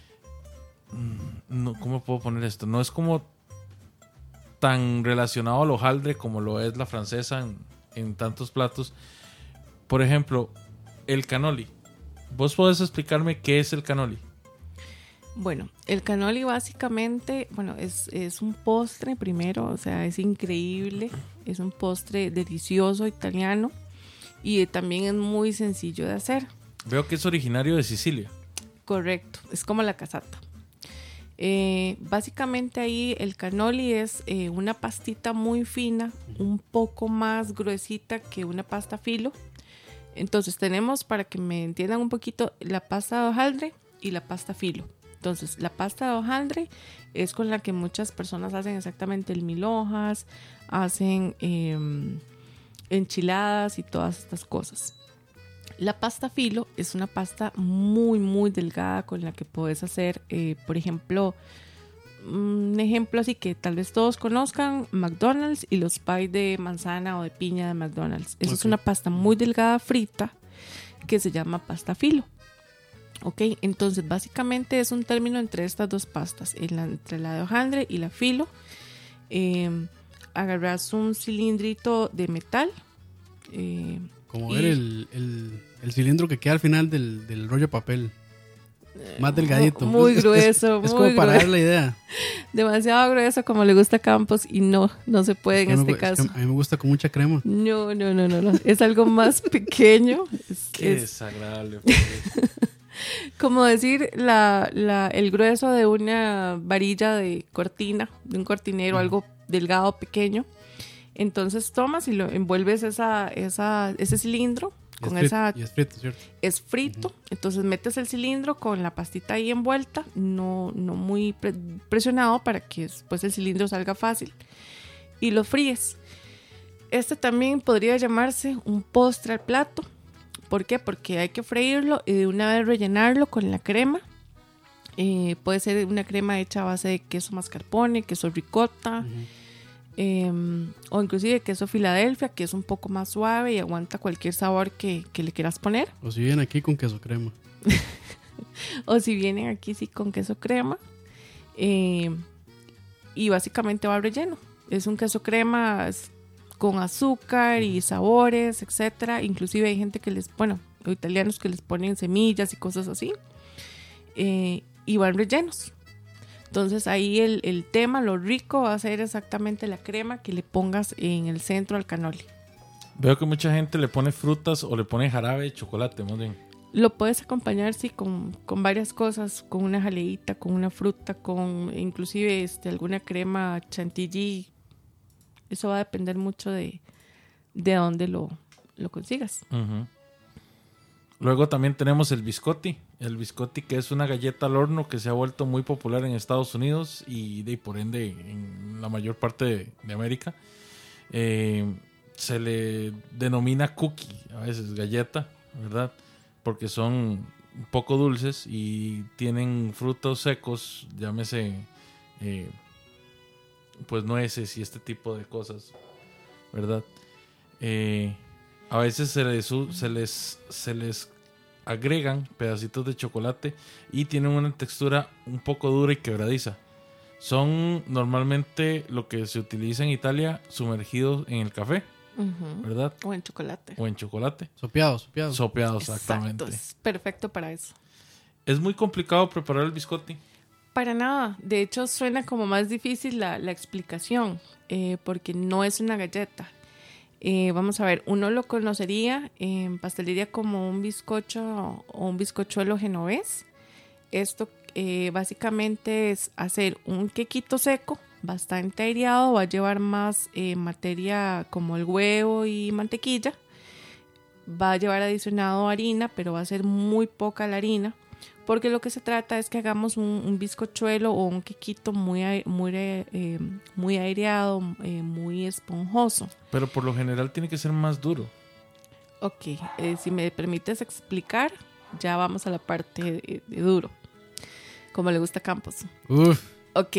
¿cómo puedo poner esto? No es como tan relacionado al hojaldre como lo es la francesa en tantos platos. Por ejemplo, el cannoli. ¿Vos podés explicarme qué es el cannoli? Bueno, el cannoli básicamente, es un postre primero, o sea, es increíble, es un postre delicioso italiano, y también es muy sencillo de hacer. Veo que es originario de Sicilia. Correcto, es como la casata. Básicamente ahí el cannoli es una pastita muy fina, un poco más gruesita que una pasta filo. Entonces tenemos, para que me entiendan un poquito, la pasta de hojaldre y la pasta filo. Entonces la pasta de hojaldre es con la que muchas personas hacen exactamente el mil hojas, hacen enchiladas y todas estas cosas. La pasta filo es una pasta muy muy delgada con la que puedes hacer, por ejemplo, un ejemplo así que tal vez todos conozcan, McDonald's y los pies de manzana o de piña de McDonald's. Eso es una pasta muy delgada frita que se llama pasta filo. Ok, entonces básicamente es un término entre estas dos pastas, entre la de hojaldre y la filo. Agarras un cilindrito de metal. Como ver el cilindro que queda al final del rollo de papel. Más delgadito. Muy grueso. Es como para dar la idea. Demasiado grueso como le gusta a Campos, y no se puede en este caso. A mí me gusta con mucha crema. No. Es algo más pequeño. Qué desagradable. Como decir el grueso de una varilla de cortina, de un cortinero, algo delgado, pequeño. Entonces tomas y lo envuelves ese cilindro con esa... Y es frito, ¿cierto? Es frito. Entonces metes el cilindro con la pastita ahí envuelta, no muy presionado, para que después el cilindro salga fácil, y lo fríes. Este también podría llamarse un postre al plato. ¿Por qué? Porque hay que freírlo y de una vez rellenarlo con la crema Puede ser una crema hecha a base de queso mascarpone, queso ricota, o inclusive queso Filadelfia, que es un poco más suave y aguanta cualquier sabor que le quieras poner. O si vienen aquí con queso crema. O si vienen aquí sí con queso crema. Y básicamente va relleno. Es un queso crema con azúcar y sabores, etcétera. Inclusive hay gente que o italianos que les ponen semillas y cosas así. Y van rellenos. Entonces ahí el tema, lo rico va a ser exactamente la crema que le pongas en el centro al cannoli. Veo que mucha gente le pone frutas o le pone jarabe de chocolate, más bien. Lo puedes acompañar, sí, con varias cosas, con una jaleíta, con una fruta, con inclusive alguna crema chantilly. Eso va a depender mucho de dónde lo consigas. Uh-huh. Luego también tenemos el biscotti. El biscotti, que es una galleta al horno que se ha vuelto muy popular en Estados Unidos y por ende en la mayor parte de América. Se le denomina cookie, a veces galleta, ¿verdad? Porque son un poco dulces y tienen frutos secos, llámese pues nueces y este tipo de cosas, ¿verdad? A veces se les agregan pedacitos de chocolate y tienen una textura un poco dura y quebradiza. Son normalmente lo que se utiliza en Italia sumergidos en el café, ¿verdad? O en chocolate. Sopeados. Sopeados, exactamente. Exacto, es perfecto para eso. ¿Es muy complicado preparar el biscotti? Para nada. De hecho, suena como más difícil la explicación, porque no es una galleta. Vamos a ver, uno lo conocería en pastelería como un bizcocho o un bizcochuelo genovés. Esto básicamente es hacer un quequito seco, bastante aireado, va a llevar más materia como el huevo y mantequilla. Va a llevar adicionado harina, pero va a ser muy poca la harina, porque lo que se trata es que hagamos un bizcochuelo o un quequito muy aireado, muy esponjoso. Pero por lo general tiene que ser más duro. Ok, si me permites explicar, ya vamos a la parte de duro, como le gusta a Campos. Uf. Ok.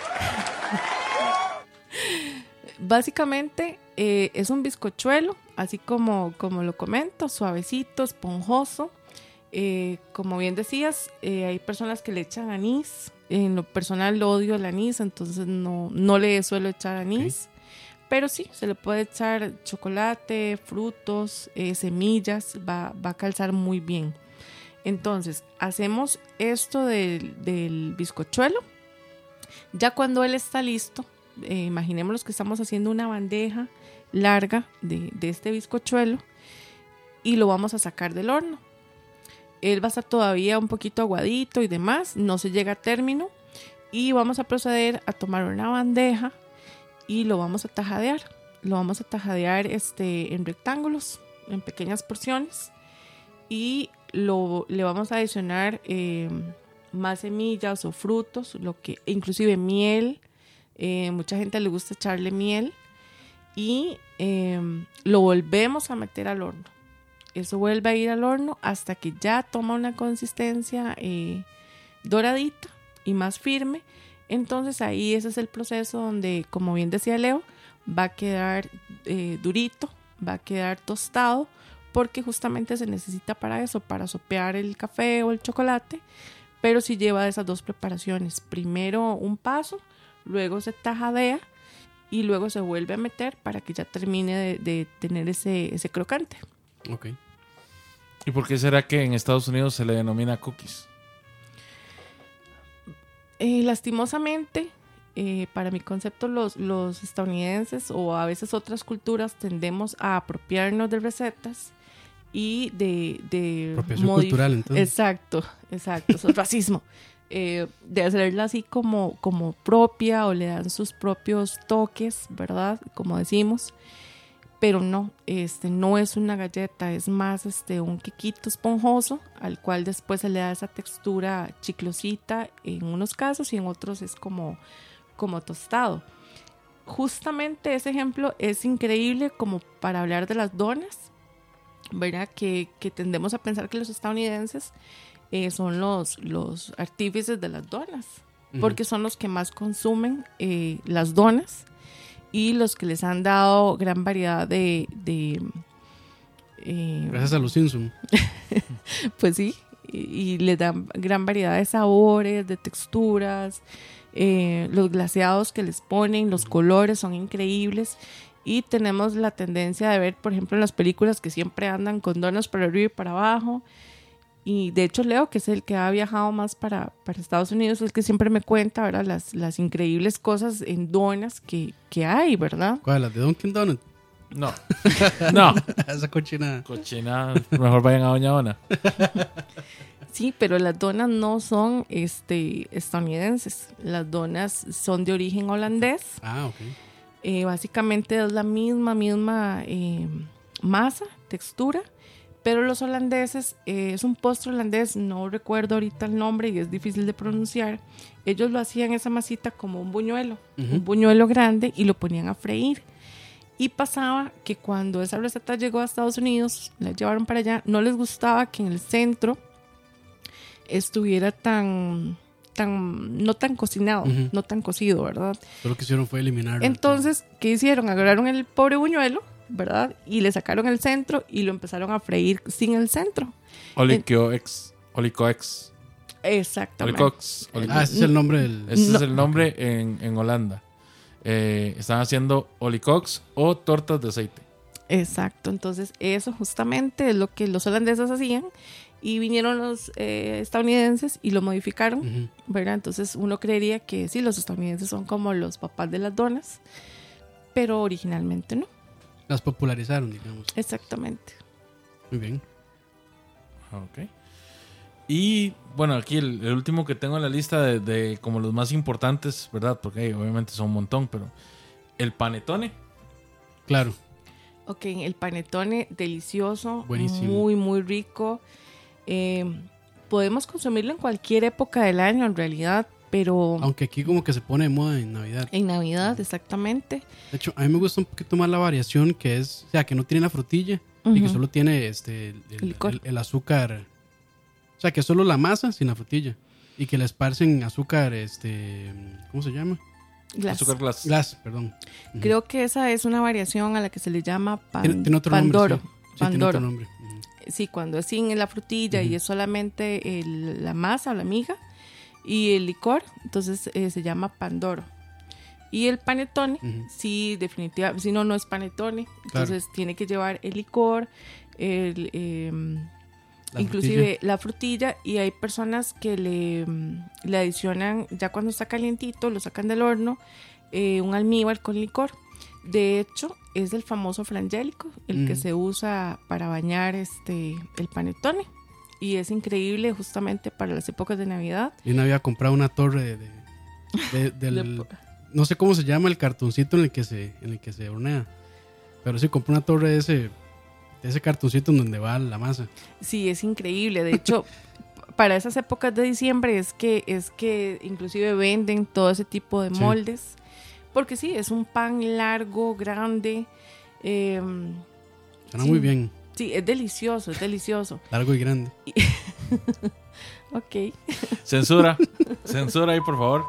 Básicamente es un bizcochuelo, así como lo comento, suavecito, esponjoso. Como bien decías, hay personas que le echan anís. En lo personal odio el anís, entonces no le suelo echar anís. Okay. Pero sí, se le puede echar chocolate, frutos, semillas, va a calzar muy bien. Entonces, hacemos esto del bizcochuelo. Ya cuando él está listo, imaginémonos que estamos haciendo una bandeja larga de este bizcochuelo y lo vamos a sacar del horno. Él va a estar todavía un poquito aguadito y demás, no se llega a término, y vamos a proceder a tomar una bandeja y lo vamos a tajadear. Lo vamos a tajadear en rectángulos, en pequeñas porciones, y le vamos a adicionar más semillas o frutos, inclusive miel. Mucha gente le gusta echarle miel, y lo volvemos a meter al horno. Eso vuelve a ir al horno hasta que ya toma una consistencia doradita y más firme. Entonces ahí ese es el proceso donde, como bien decía Leo, va a quedar durito, va a quedar tostado, porque justamente se necesita para eso, para sopear el café o el chocolate. Pero sí lleva esas dos preparaciones. Primero un paso, luego se tajadea y luego se vuelve a meter para que ya termine de tener ese crocante. Ok. ¿Y por qué será que en Estados Unidos se le denomina cookies? Lastimosamente, para mi concepto, los estadounidenses o a veces otras culturas tendemos a apropiarnos de recetas y de apropiación cultural, entonces. Exacto, eso es racismo. De hacerla así como propia, o le dan sus propios toques, ¿verdad? Como decimos. Pero no es una galleta, es más un quequito esponjoso al cual después se le da esa textura chiclosita en unos casos, y en otros es como tostado. Justamente ese ejemplo es increíble como para hablar de las donas, ¿verdad? Que tendemos a pensar que los estadounidenses son los artífices de las donas, porque son los que más consumen las donas y los que les han dado gran variedad de Gracias a los Simpsons. pues sí, y le dan gran variedad de sabores, de texturas, los glaseados que les ponen, los colores son increíbles. Y tenemos la tendencia de ver, por ejemplo, en las películas que siempre andan con donas para arriba y para abajo. Y de hecho Leo, que es el que ha viajado más para Estados Unidos, es el que siempre me cuenta, ¿verdad? Las increíbles cosas en donas que hay, ¿verdad? ¿Cuál? ¿Las de Dunkin' Donut? No. No. Esa cochina. Cochina, mejor vayan a Doña Dona. Sí, pero las donas no son estadounidenses. Las donas son de origen holandés. Ah, ok. Básicamente es la misma masa, textura, pero los holandeses, es un postre holandés, no recuerdo ahorita el nombre y es difícil de pronunciar. Ellos lo hacían esa masita como un buñuelo grande y lo ponían a freír. Y pasaba que cuando esa receta llegó a Estados Unidos, la llevaron para allá, no les gustaba que en el centro estuviera no tan cocinado, no tan cocido, ¿verdad? Lo que hicieron fue eliminarlo. Entonces, ¿qué hicieron? Agarraron el pobre buñuelo, ¿verdad? Y le sacaron el centro y lo empezaron a freír sin el centro. Olicoex. Exactamente. Olicox. Ese es el nombre del... Ese es el nombre en Holanda. Están haciendo olicox o tortas de aceite. Exacto. Entonces, eso justamente es lo que los holandeses hacían. Y vinieron los estadounidenses y lo modificaron, ¿verdad? Entonces uno creería que sí, los estadounidenses son como los papás de las donas, pero originalmente no. Las popularizaron, digamos. Exactamente. Muy bien. Ok. Y bueno, aquí el último que tengo en la lista de como los más importantes, ¿verdad? Porque obviamente son un montón, pero el panetone. Claro. Ok, el panetone delicioso, Buenísimo. muy, muy rico. Podemos consumirlo en cualquier época del año en realidad, pero Aunque aquí como que se pone de moda en Navidad. en Navidad exactamente. De hecho, a mí me gusta un poquito más la variación que es, o sea, que no tiene la frutilla y que solo tiene Licor. el azúcar. O sea, que es solo la masa sin la frutilla y que le esparcen azúcar, ¿cómo se llama? Glass. Azúcar glass. Glass, perdón. Creo que esa es una variación a la que se le llama Tiene otro pandoro. nombre. Sí, tiene Pandoro. otro nombre. Sí, cuando es sin la frutilla y es solamente la masa, la miga y el licor, entonces se llama pandoro. Y el panetone, sí, definitivamente, si no, no es panetone. Entonces tiene que llevar el licor, inclusive la frutilla, y hay personas que le adicionan, ya cuando está calientito, lo sacan del horno, un almíbar con licor. De hecho, es el famoso frangélico, el que se usa para bañar el panetone. Y es increíble justamente para las épocas de Navidad. Y una había comprado una torre del... no sé cómo se llama el cartoncito en el que se hornea. Pero sí, compré una torre de ese cartoncito en donde va la masa. Sí, es increíble. De hecho, para esas épocas de diciembre es que inclusive venden todo ese tipo de moldes. Porque sí, es un pan largo, grande. Suena muy bien. Sí, es delicioso, es delicioso. Largo y grande. Ok. Censura ahí, por favor.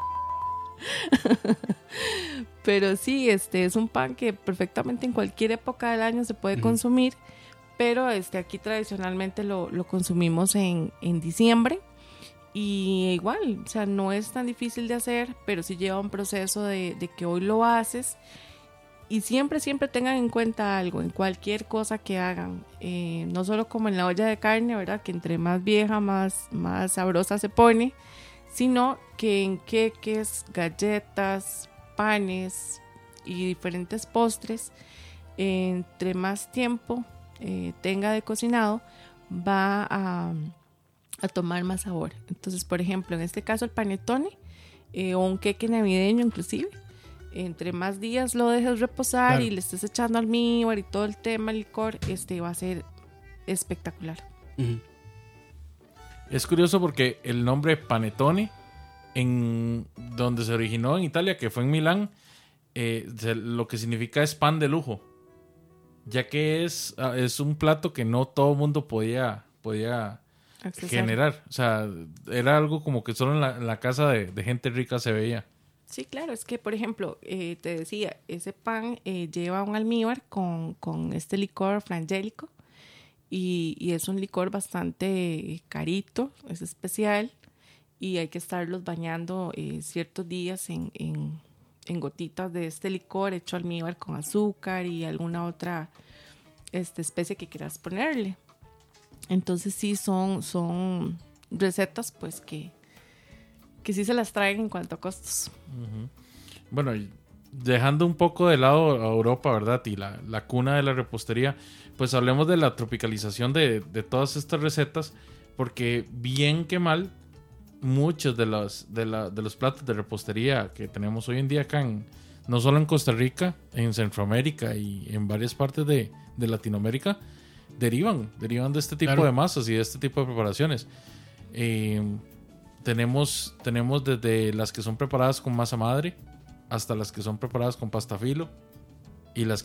Pero sí, es un pan que perfectamente en cualquier época del año se puede consumir. Pero aquí tradicionalmente lo consumimos en diciembre. Y igual, o sea, no es tan difícil de hacer, pero sí lleva un proceso de que hoy lo haces. Y siempre tengan en cuenta algo, en cualquier cosa que hagan. No solo como en la olla de carne, ¿verdad? Que entre más vieja, más sabrosa se pone. Sino que en queques, galletas, panes y diferentes postres, entre más tiempo tenga de cocinado, va a tomar más sabor. Entonces, por ejemplo, en este caso el panetone o un queque navideño inclusive, entre más días lo dejes reposar, claro, y le estés echando almíbar y todo el tema, el licor, va a ser espectacular. Es curioso porque el nombre panetone, en donde se originó en Italia, que fue en Milán, lo que significa es pan de lujo, ya que es un plato que no todo el mundo podía generar. O sea, era algo como que solo en la casa de gente rica se veía. Sí, claro, es que, por ejemplo, te decía, ese pan lleva un almíbar con este licor frangélico y es un licor bastante carito, es especial y hay que estarlos bañando ciertos días en gotitas de este licor hecho almíbar con azúcar y alguna otra especie que quieras ponerle. Entonces sí son recetas pues que sí se las traen en cuanto a costos. Uh-huh. Bueno, dejando un poco de lado a Europa, ¿verdad? Y la cuna de la repostería, pues hablemos de la tropicalización de todas estas recetas, porque bien que mal, muchos de los platos de repostería que tenemos hoy en día acá, no solo en Costa Rica, en Centroamérica y en varias partes de Latinoamérica, derivan de este tipo de masas y de este tipo de preparaciones. Tenemos desde las que son preparadas con masa madre hasta las que son preparadas con pasta filo y el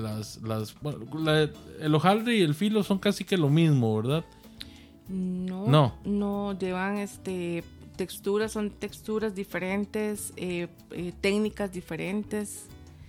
hojaldre y el filo son casi que lo mismo, ¿verdad? No llevan texturas, son texturas diferentes, técnicas diferentes.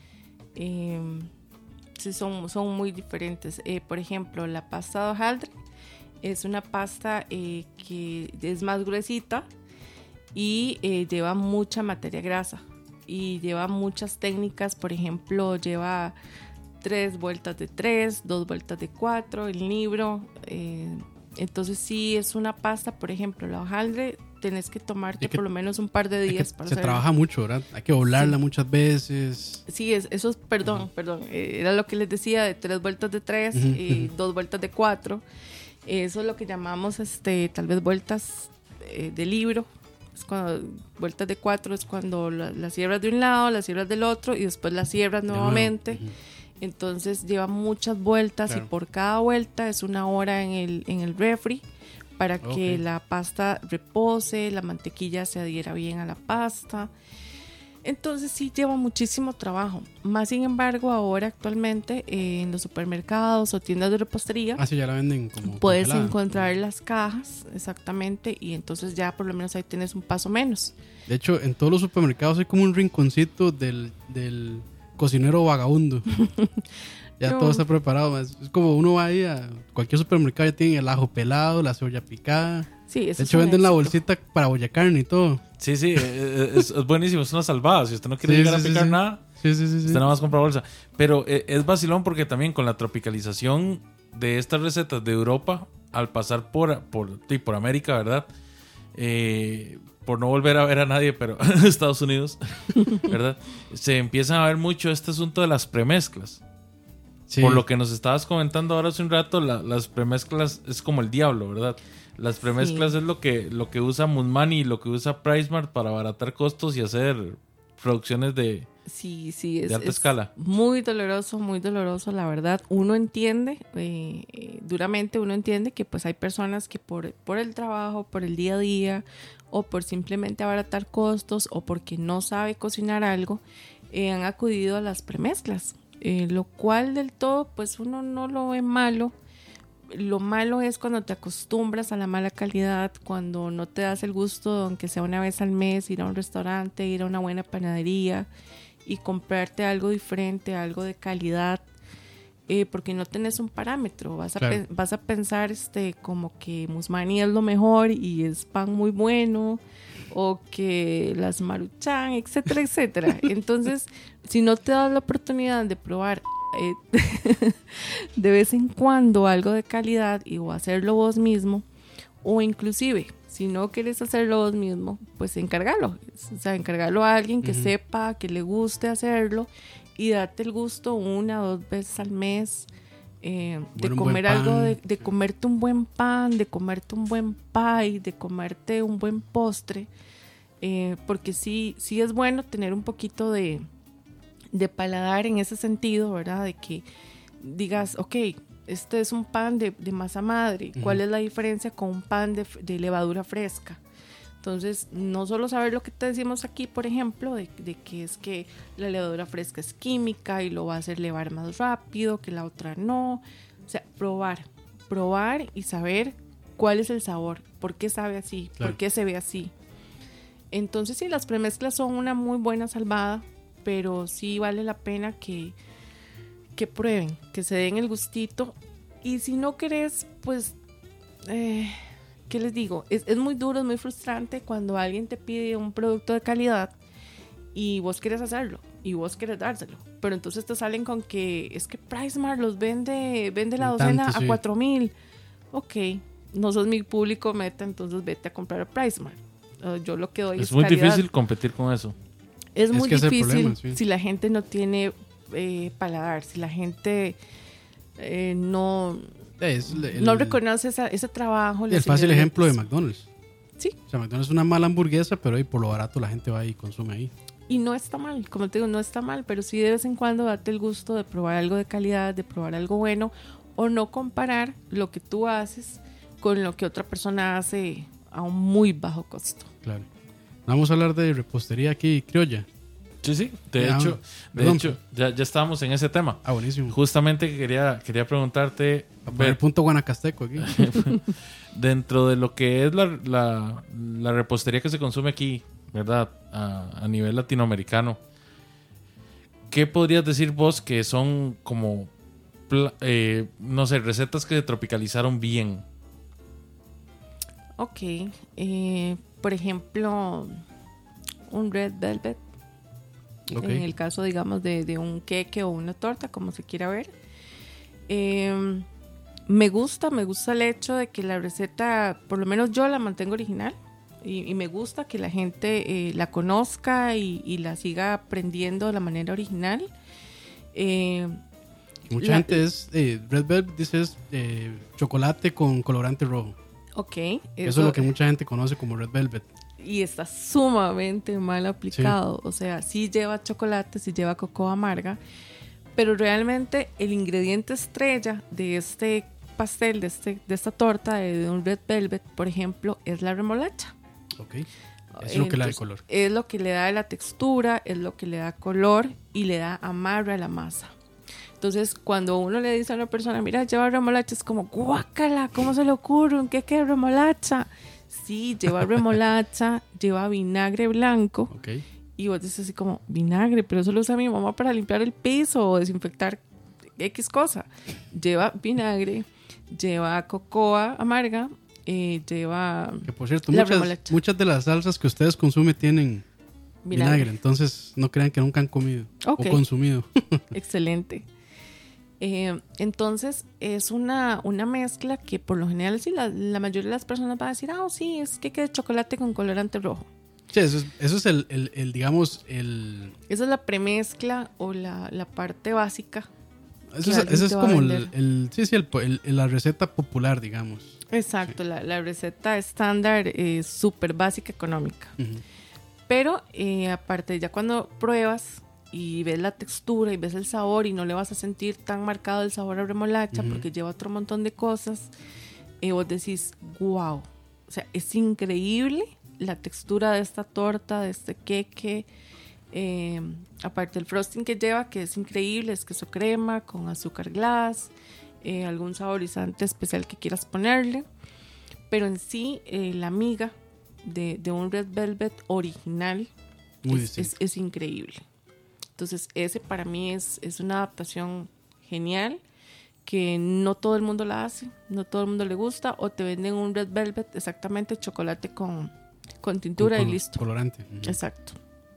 Sí, son muy diferentes. Por ejemplo, la pasta de hojaldre es una pasta que es más gruesita y lleva mucha materia grasa y lleva muchas técnicas. Por ejemplo, lleva 3 vueltas de 3, 2 vueltas de 4, el libro. Entonces sí es una pasta, por ejemplo, la hojaldre tenés que tomarte por lo menos un par de días para se hacerla. Trabaja mucho, ¿verdad? Hay que doblarla muchas veces. Sí, eso es, perdón, era lo que les decía de 3 vueltas de 3 y 2 vueltas de 4. Eso es lo que llamamos tal vez vueltas de libro. Es cuando vueltas de 4 es cuando las cierras de un lado, las cierras del otro y después las cierras nuevamente. Entonces lleva muchas vueltas y por cada vuelta es 1 hora en el refri para que la pasta repose, la mantequilla se adhiera bien a la pasta. Entonces sí lleva muchísimo trabajo. Más sin embargo, ahora actualmente en los supermercados o tiendas de repostería sí, ya la venden como puedes congelada. encontrar las cajas, exactamente, y entonces ya por lo menos ahí tienes un paso menos. De hecho, en todos los supermercados hay como un rinconcito del cocinero vagabundo. Ya todo está preparado. Es como uno va ahí a cualquier supermercado, ya tienen el ajo pelado, la cebolla picada. Sí, eso de hecho, venden la bolsita para bollacarne carne y todo. Sí, es buenísimo, es una salvada. Si usted no quiere llegar a picar nada, usted nada más compra bolsa. Pero es vacilón porque también con la tropicalización de estas recetas de Europa, al pasar por América, ¿verdad? Por no volver a ver a nadie, pero Estados Unidos, ¿verdad? Se empieza a ver mucho este asunto de las premezclas. Sí. Por lo que nos estabas comentando ahora hace un rato, las premezclas es como el diablo, ¿verdad? Las premezclas es lo que usa Moonman y lo que usa PriceMart para abaratar costos y hacer producciones de alta escala. Muy doloroso, la verdad. Uno entiende, duramente uno entiende que pues hay personas que por el trabajo, por el día a día, o por simplemente abaratar costos, o porque no sabe cocinar algo, han acudido a las premezclas. Lo cual del todo pues uno no lo ve malo. Lo malo es cuando te acostumbras a la mala calidad, cuando no te das el gusto, aunque sea una vez al mes, ir a un restaurante, ir a una buena panadería y comprarte algo diferente, algo de calidad, porque no tenés un parámetro. Vas a pensar como que Musmani es lo mejor y es pan muy bueno, o que las Maruchan, etcétera, etcétera. Entonces, si no te das la oportunidad de probar de vez en cuando algo de calidad o hacerlo vos mismo, o inclusive si no quieres hacerlo vos mismo, pues encargalo, o sea, encargalo a alguien que sepa, que le guste hacerlo, y date el gusto 1 o 2 veces al mes de comer algo, de comerte un buen pan, de comerte un buen pie, de comerte un buen postre, porque sí es bueno tener un poquito de paladar en ese sentido, ¿verdad? De que digas, ok, este es un pan de masa madre. ¿Cuál es la diferencia con un pan de levadura fresca? Entonces, no solo saber lo que te decimos aquí, por ejemplo, de que es que la levadura fresca es química y lo va a hacer levar más rápido, que la otra no. O sea, probar y saber cuál es el sabor, por qué sabe así, Claro. por qué se ve así. Entonces sí, las premezclas son una muy buena salvada, pero sí vale la pena que prueben, que se den el gustito. Y si no querés, pues, ¿qué les digo? Es muy duro, es muy frustrante cuando alguien te pide un producto de calidad y vos querés hacerlo y vos querés dárselo. Pero entonces te salen con que es que PriceMart los vende la En docena tanto, sí. a 4,000. Ok, no sos mi público meta, entonces vete a comprar a PriceMart. Yo lo que doy es muy calidad. difícil competir con eso. Es Es muy que ese es el difícil problema, sí. si la gente no tiene paladar, si la gente no No reconoce ese trabajo. El los fácil ejemplo de ingredientes. McDonald's. Sí. O sea, McDonald's es una mala hamburguesa, pero ahí por lo barato la gente va y consume ahí. Y no está mal, como te digo, no está mal, pero sí de vez en cuando date el gusto de probar algo de calidad, de probar algo bueno, o no comparar lo que tú haces con lo que otra persona hace a un muy bajo costo. Claro. Vamos a hablar de repostería aquí criolla. Sí. De Ya, hecho, perdón. ya estábamos en ese tema. Ah, buenísimo. Justamente quería preguntarte, A poner Beth, punto guanacasteco aquí. dentro de lo que es la repostería que se consume aquí, ¿verdad? A nivel latinoamericano, ¿qué podrías decir vos que son como, no sé, recetas que se tropicalizaron bien? Ok, por ejemplo, un red velvet. Ok. En el caso, digamos, de un queque o una torta, como se quiera ver. Me gusta el hecho de que la receta, por lo menos yo la mantengo original. Y me gusta que la gente la conozca y la siga aprendiendo de la manera original. Mucha gente es Red Velvet, dice es chocolate con colorante rojo. Ok. Eso es lo que mucha gente conoce como Red Velvet. Y está sumamente mal aplicado. Sí. O sea, sí lleva chocolate, sí lleva cocoa amarga, pero realmente el ingrediente estrella de este pastel, de esta torta, de un Red Velvet, por ejemplo, es la remolacha. Ok. Es lo que le da el color. Es lo que le da la textura, es lo que le da color y le da amarre a la masa. Entonces, cuando uno le dice a una persona, mira, lleva remolacha, es como, guácala, ¿cómo se le ocurre un queque de remolacha? Sí, lleva remolacha, lleva vinagre blanco. Okay. Y vos dices así como, vinagre, pero eso lo usa mi mamá para limpiar el piso o desinfectar X cosa. Lleva vinagre, lleva cocoa amarga, lleva... Que por cierto, remolacha. muchas de las salsas que ustedes consumen tienen vinagre. Entonces no crean que nunca han comido o consumido. Excelente. Entonces es una mezcla que por lo general sí, la mayoría de las personas van a decir, sí, es queque de chocolate con colorante rojo. Sí, eso es el digamos, el... Esa es la premezcla o la parte básica. Eso es como la receta popular, digamos. Exacto, sí. la receta estándar es súper básica, económica. Uh-huh. Pero aparte, ya cuando pruebas y ves la textura y ves el sabor y no le vas a sentir tan marcado el sabor a remolacha, uh-huh, porque lleva otro montón de cosas, vos decís, wow, o sea, es increíble la textura de esta torta, de este queque, aparte el frosting que lleva, que es increíble, es queso crema con azúcar glass, algún saborizante especial que quieras ponerle, pero en sí la miga de un Red Velvet original es increíble. Entonces ese para mí es una adaptación genial que no todo el mundo la hace, no todo el mundo le gusta, o te venden un Red Velvet exactamente chocolate con tintura y listo. Colorante. Uh-huh. Exacto.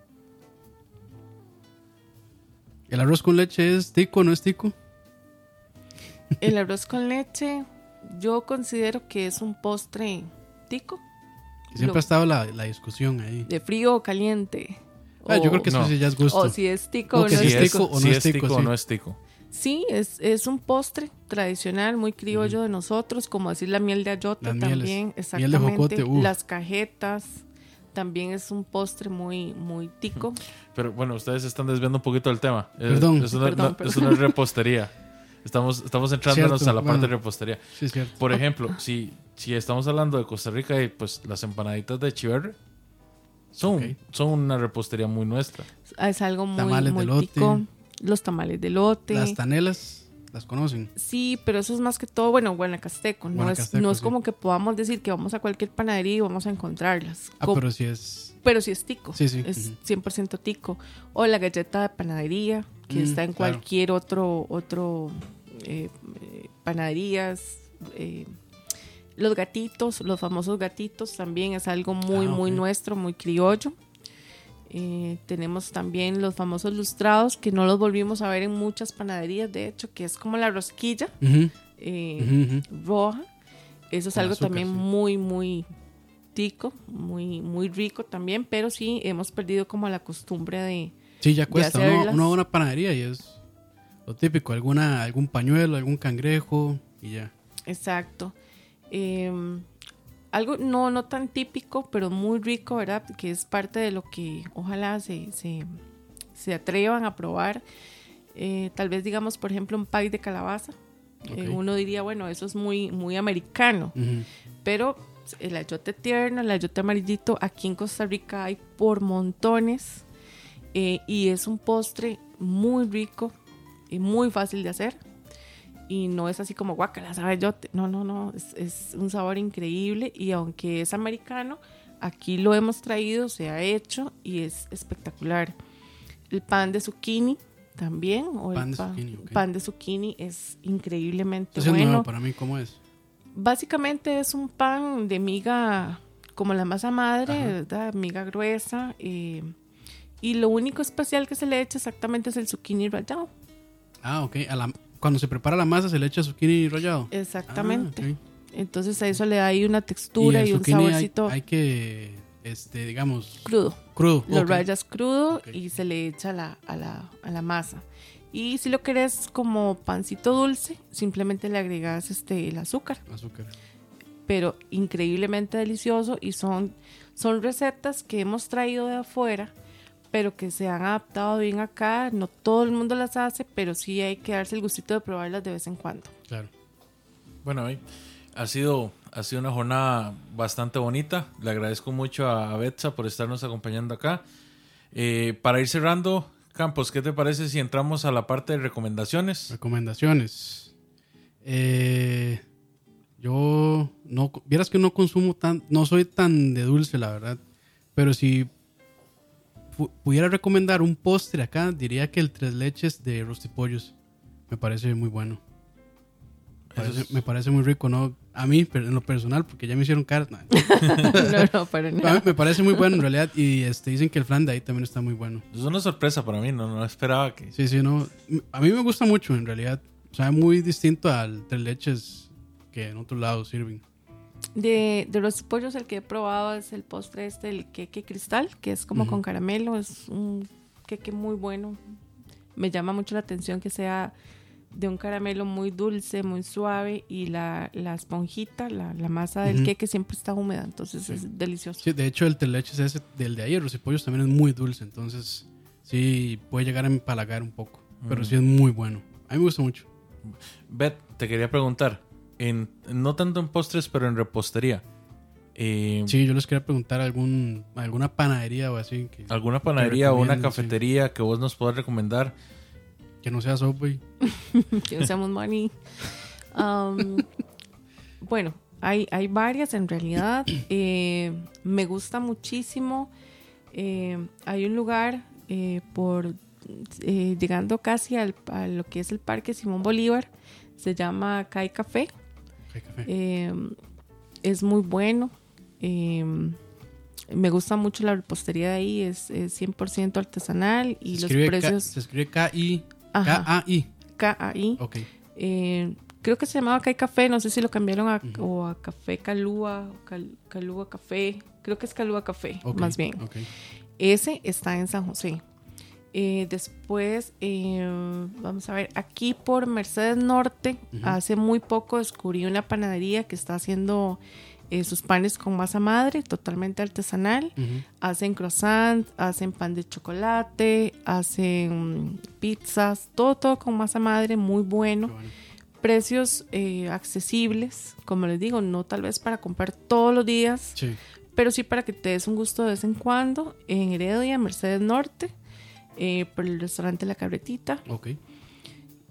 ¿El arroz con leche es tico o no es tico? El arroz con leche yo considero que es un postre tico. Siempre ha estado la discusión ahí. De frío o caliente. Yo creo que eso sí ya es gusto. O si es tico o no es tico. Si es tico o no es tico. Sí, es un postre tradicional, muy criollo, uh-huh, de nosotros, como decir la miel de ayote también. Exactamente. Miel de jocote, las cajetas también es un postre muy, muy tico. Pero bueno, ustedes se están desviando un poquito del tema. Perdón. Eso no es repostería. Estamos entrándonos a la parte de repostería. Sí, cierto. Por ejemplo, si estamos hablando de Costa Rica, pues las empanaditas de chiverre son una repostería muy nuestra. Es algo muy, muy tico. Los tamales de lote. Las tanelas. las conocen. Sí, pero eso es más que todo, bueno, Guanacasteco. No Guanacasteco, es sí. como que podamos decir que vamos a cualquier panadería y vamos a encontrarlas. Pero si es... Pero sí es tico. Sí, sí. Es Ujú. 100% tico. O la galleta de panadería, que está en claro. cualquier otro panaderías. Los gatitos, los famosos gatitos, también es algo muy, muy ok. nuestro, muy criollo. Tenemos también los famosos lustrados, que no los volvimos a ver en muchas panaderías, de hecho, que es como la rosquilla Ujú, eh, ujú. roja. Eso es Con algo azúcar, también sí. muy, muy tico, muy, muy rico también, pero sí hemos perdido como la costumbre de... Sí, ya cuesta. hacerlas. Uno va a una panadería y es lo típico. Algún pañuelo, algún cangrejo y ya. Exacto. Algo no tan típico, pero muy rico, ¿verdad? Que es parte de lo que ojalá se atrevan a probar. Tal vez digamos, por ejemplo, un pie de calabaza. Ok. Uno diría, bueno, eso es muy, muy americano. Ujú. Pero el ayote tierno, el ayote amarillito, aquí en Costa Rica hay por montones. Y es un postre muy rico y muy fácil de hacer. Y no es así como guacala, sabe ayote. No. Es un sabor increíble. Y aunque es americano, aquí lo hemos traído, se ha hecho y es espectacular. El pan de zucchini también. O Pan el de zucchini, ok. pan de zucchini es increíblemente Eso es bueno. nuevo para mí, ¿cómo es? Básicamente es un pan de miga como la masa madre, Ajá. ¿verdad? Miga gruesa. Y lo único especial que se le echa exactamente es el zucchini rallado. Ah, ok. Cuando se prepara la masa se le echa zucchini rallado. Exactamente. Ah, ok. Entonces a eso le da ahí una textura el y un zucchini saborcito hay que, digamos, crudo. crudo. Lo ok. rayas crudo Ok. y se le echa a la masa. Y si lo querés como pancito dulce, simplemente le agregas el azúcar. Azúcar. Pero increíblemente delicioso y son recetas que hemos traído de afuera, pero que se han adaptado bien acá. No todo el mundo las hace, pero sí hay que darse el gustito de probarlas de vez en cuando. Claro. Bueno, ha sido una jornada bastante bonita. Le agradezco mucho a Betsa por estarnos acompañando acá. Para ir cerrando, Campos, ¿qué te parece si entramos a la parte de recomendaciones? Recomendaciones. Yo vieras que no consumo no soy tan de dulce, la verdad. Pero si pudiera recomendar un postre acá, diría que el tres leches de Rostipollos. Me parece muy bueno. Me parece muy rico, ¿no? A mí, pero en lo personal, porque ya me hicieron caras. No. No, para nada. Me parece muy bueno en realidad. Y dicen que el flan de ahí también está muy bueno. Es una sorpresa para mí, no esperaba que... Sí, no. A mí me gusta mucho en realidad. Sabe muy distinto al tres leches que en otros lados sirven. De los pollos, el que he probado es el postre el queque cristal, que es como con caramelo. Es un queque muy bueno. Me llama mucho la atención que sea de un caramelo muy dulce, muy suave, y la esponjita, la masa del queque siempre está húmeda, entonces es delicioso. Sí, de hecho el tres leches ese del de ahí, el Rostipollos, también es muy dulce, entonces sí puede llegar a empalagar un poco, pero sí es muy bueno. A mí me gusta mucho. Beth, te quería preguntar, no tanto en postres, pero en repostería. Sí, yo les quería preguntar alguna panadería o así. ¿Alguna panadería o una recomienden, cafetería que vos nos puedas recomendar? Que no sea Subway. Que usamos money. Bueno, hay varias en realidad. Me gusta muchísimo. Hay un lugar llegando casi a lo que es el Parque Simón Bolívar. Se llama Kai Café. Hay café. Es muy bueno. Me gusta mucho la repostería de ahí. Es 100% artesanal y los precios... Se escribe K-I. Ajá. K-A-I. K-A-I. Ok. Creo que se llamaba Kai Café, no sé si lo cambiaron a Café Calúa, Calúa Café, creo que es Calúa Café, Ok, más bien. ok. Ese está en San José. Después, vamos a ver, aquí por Mercedes Norte, hace muy poco descubrí una panadería que está haciendo sus panes con masa madre, totalmente artesanal. Hacen croissant, hacen pan de chocolate, hacen pizzas, todo con masa madre, muy bueno. Qué bueno. Precios accesibles, como les digo, no tal vez para comprar todos los días, Sí. pero sí para que te des un gusto de vez en cuando. En Heredia, Mercedes Norte, por el restaurante La Cabretita. Ok.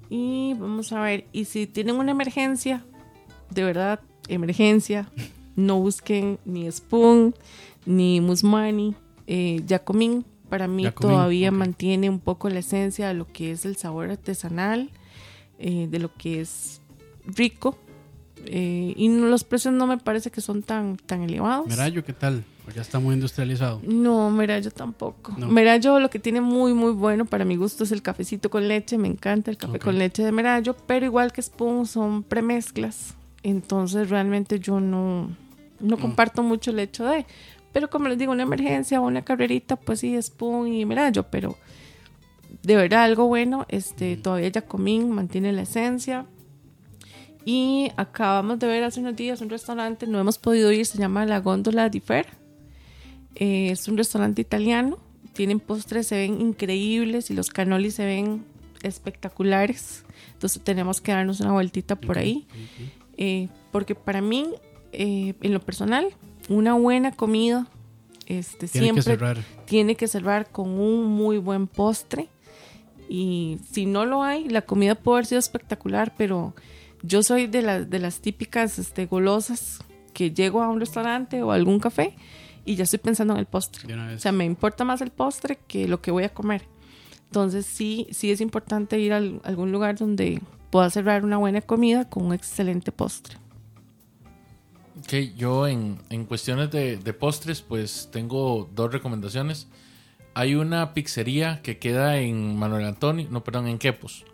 Y vamos a ver, y si tienen una emergencia, de verdad, emergencia, no busquen ni Spoon, ni Musmani, Jacomín. Para mí Jacomín, todavía ok. mantiene un poco la esencia de lo que es el sabor artesanal, de lo que es rico. Y los precios no me parece que son tan elevados. Merallo, ¿qué tal? Pues ya está muy industrializado. No, Merallo tampoco. No. Merallo lo que tiene muy bueno para mi gusto es el cafecito con leche. Me encanta el café Ok. con leche de Merallo, pero igual que Spoon son premezclas. Entonces realmente yo no comparto mucho el hecho de... Pero como les digo, una emergencia o una carrerita, pues sí, Spoon y Merallo. Pero de verdad algo bueno, todavía Jacomín mantiene la esencia. Y acabamos de ver hace unos días un restaurante, no hemos podido ir, se llama La Góndola di Fer. Es un restaurante italiano, tienen postres, se ven increíbles y los cannolis se ven espectaculares. Entonces tenemos que darnos una vueltita por ahí. Porque para mí, en lo personal, una buena comida siempre tiene que cerrar con un muy buen postre. Y si no lo hay, la comida puede haber sido espectacular, pero yo soy de las típicas golosas que llego a un restaurante o a algún café y ya estoy pensando en el postre. De una vez. O sea, me importa más el postre que lo que voy a comer. Entonces sí es importante ir a algún lugar donde pueda cerrar una buena comida con un excelente postre. Ok, yo en cuestiones de postres, pues tengo dos recomendaciones. Hay una pizzería que queda en Manuel Antonio, no, perdón, en Quepos.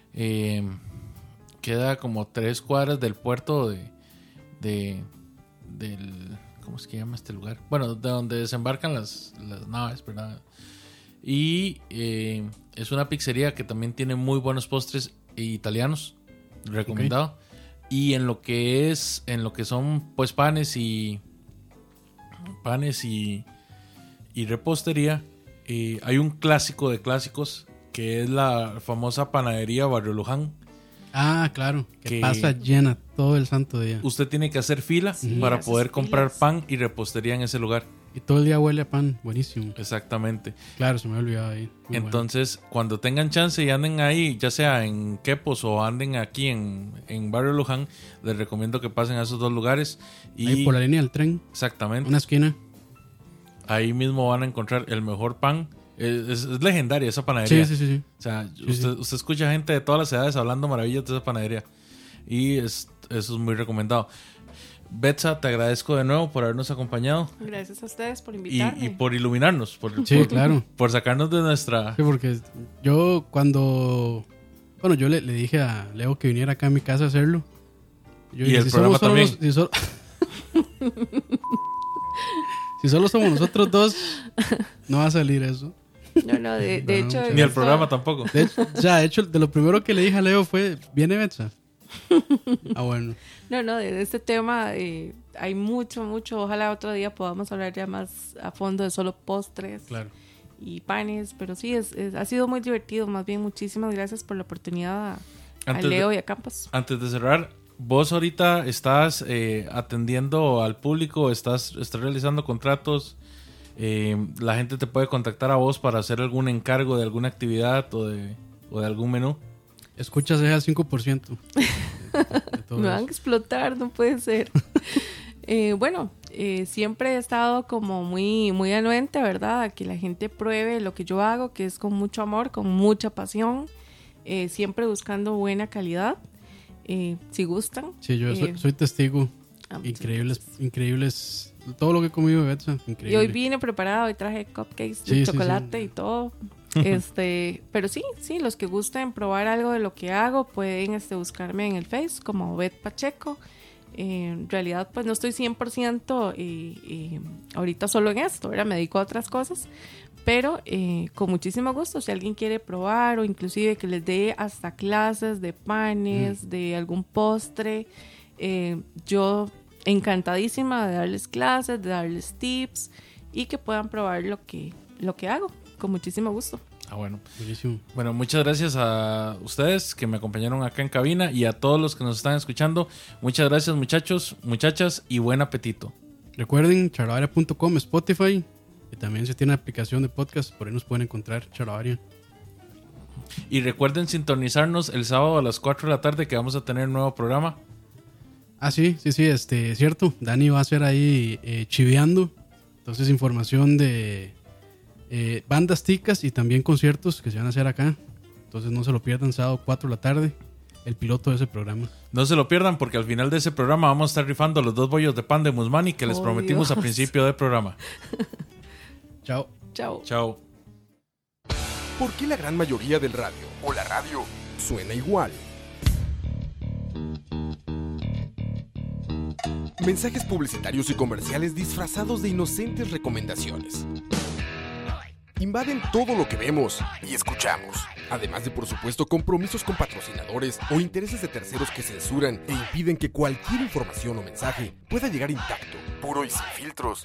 Queda como 3 cuadras del puerto del... ¿Cómo es que llama este lugar? Bueno, de donde desembarcan las naves, ¿verdad? Y es una pizzería que también tiene muy buenos postres italianos, recomendado. Okay. Y en lo que son pues panes y repostería, hay un clásico de clásicos que es la famosa panadería Barrio Luján. Ah, claro, que pasa llena todo el santo día. Usted tiene que hacer fila para poder comprar pan y repostería en ese lugar. Y todo el día huele a pan, buenísimo. Exactamente. Claro, se me había olvidado ahí. Muy entonces, bueno, cuando tengan chance y anden ahí, ya sea en Quepos o anden aquí en Barrio Luján, les recomiendo que pasen a esos dos lugares. Y ahí por la línea del tren. Exactamente. Una esquina. Ahí mismo van a encontrar el mejor pan. Es legendaria esa panadería. Sí. O sea, usted escucha gente de todas las edades hablando maravillas de esa panadería. Y eso es muy recomendado. Betsa, te agradezco de nuevo por habernos acompañado. Gracias a ustedes por invitarme. Y por iluminarnos. Claro. Por sacarnos de nuestra... Sí, porque yo cuando... Bueno, yo le dije a Leo que viniera acá a mi casa a hacerlo. Yo y dije, el programa también. Si solo somos nosotros dos, no va a salir eso. No, de hecho... Ni el programa tampoco. De hecho, de lo primero que le dije a Leo fue, ¿viene Betsa? Ah, bueno. No, de este tema hay mucho. Ojalá otro día podamos hablar ya más a fondo de solo postres y panes. Pero sí, ha sido muy divertido. Más bien, muchísimas gracias por la oportunidad a Leo y a Campos. Antes de cerrar, vos ahorita estás atendiendo al público, estás realizando contratos. La gente te puede contactar a vos para hacer algún encargo de alguna actividad o de algún menú. Escuchas al 5%. Me van a explotar, no puede ser. Bueno, siempre he estado como muy anuente, ¿verdad? A que la gente pruebe lo que yo hago, que es con mucho amor, con mucha pasión, siempre buscando buena calidad. Si gustan. Sí, yo soy testigo. Increíbles. Todo lo que he comido, Betsa, increíble. Y hoy vine preparado y traje cupcakes de chocolate y todo. Pero sí, los que gusten probar algo de lo que hago pueden buscarme en el Face como Bet Pacheco. En realidad pues no estoy 100% ahorita solo en esto, ¿verdad? Me dedico a otras cosas, pero con muchísimo gusto si alguien quiere probar o inclusive que les dé hasta clases de panes, de algún postre, yo encantadísima de darles clases, de darles tips y que puedan probar lo que hago. Con muchísimo gusto. Ah, bueno. Buenísimo. Bueno, muchas gracias a ustedes que me acompañaron acá en cabina y a todos los que nos están escuchando. Muchas gracias, muchachos, muchachas, y buen apetito. Recuerden, charlavaria.com, Spotify, y también si tiene aplicación de podcast, por ahí nos pueden encontrar, Charlavaria. Y recuerden sintonizarnos el sábado a las 4 de la tarde que vamos a tener un nuevo programa. Ah, sí, es cierto. Dani va a ser ahí chiveando. Entonces, información de bandas ticas y también conciertos que se van a hacer acá. Entonces, no se lo pierdan, sábado 4 de la tarde, el piloto de ese programa. No se lo pierdan porque al final de ese programa vamos a estar rifando los 2 bollos de pan de Musmani que les prometimos Dios. a principio del programa. Chao. Chao. Chao. ¿Por qué la gran mayoría del radio o la radio suena igual? Mensajes publicitarios y comerciales disfrazados de inocentes recomendaciones. Invaden todo lo que vemos y escuchamos. Además de, por supuesto, compromisos con patrocinadores o intereses de terceros que censuran e impiden que cualquier información o mensaje pueda llegar intacto, puro y sin filtros,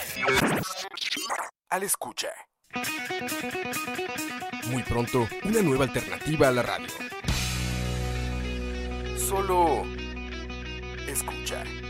al escucha. Muy pronto, una nueva alternativa a la radio. Solo escucha.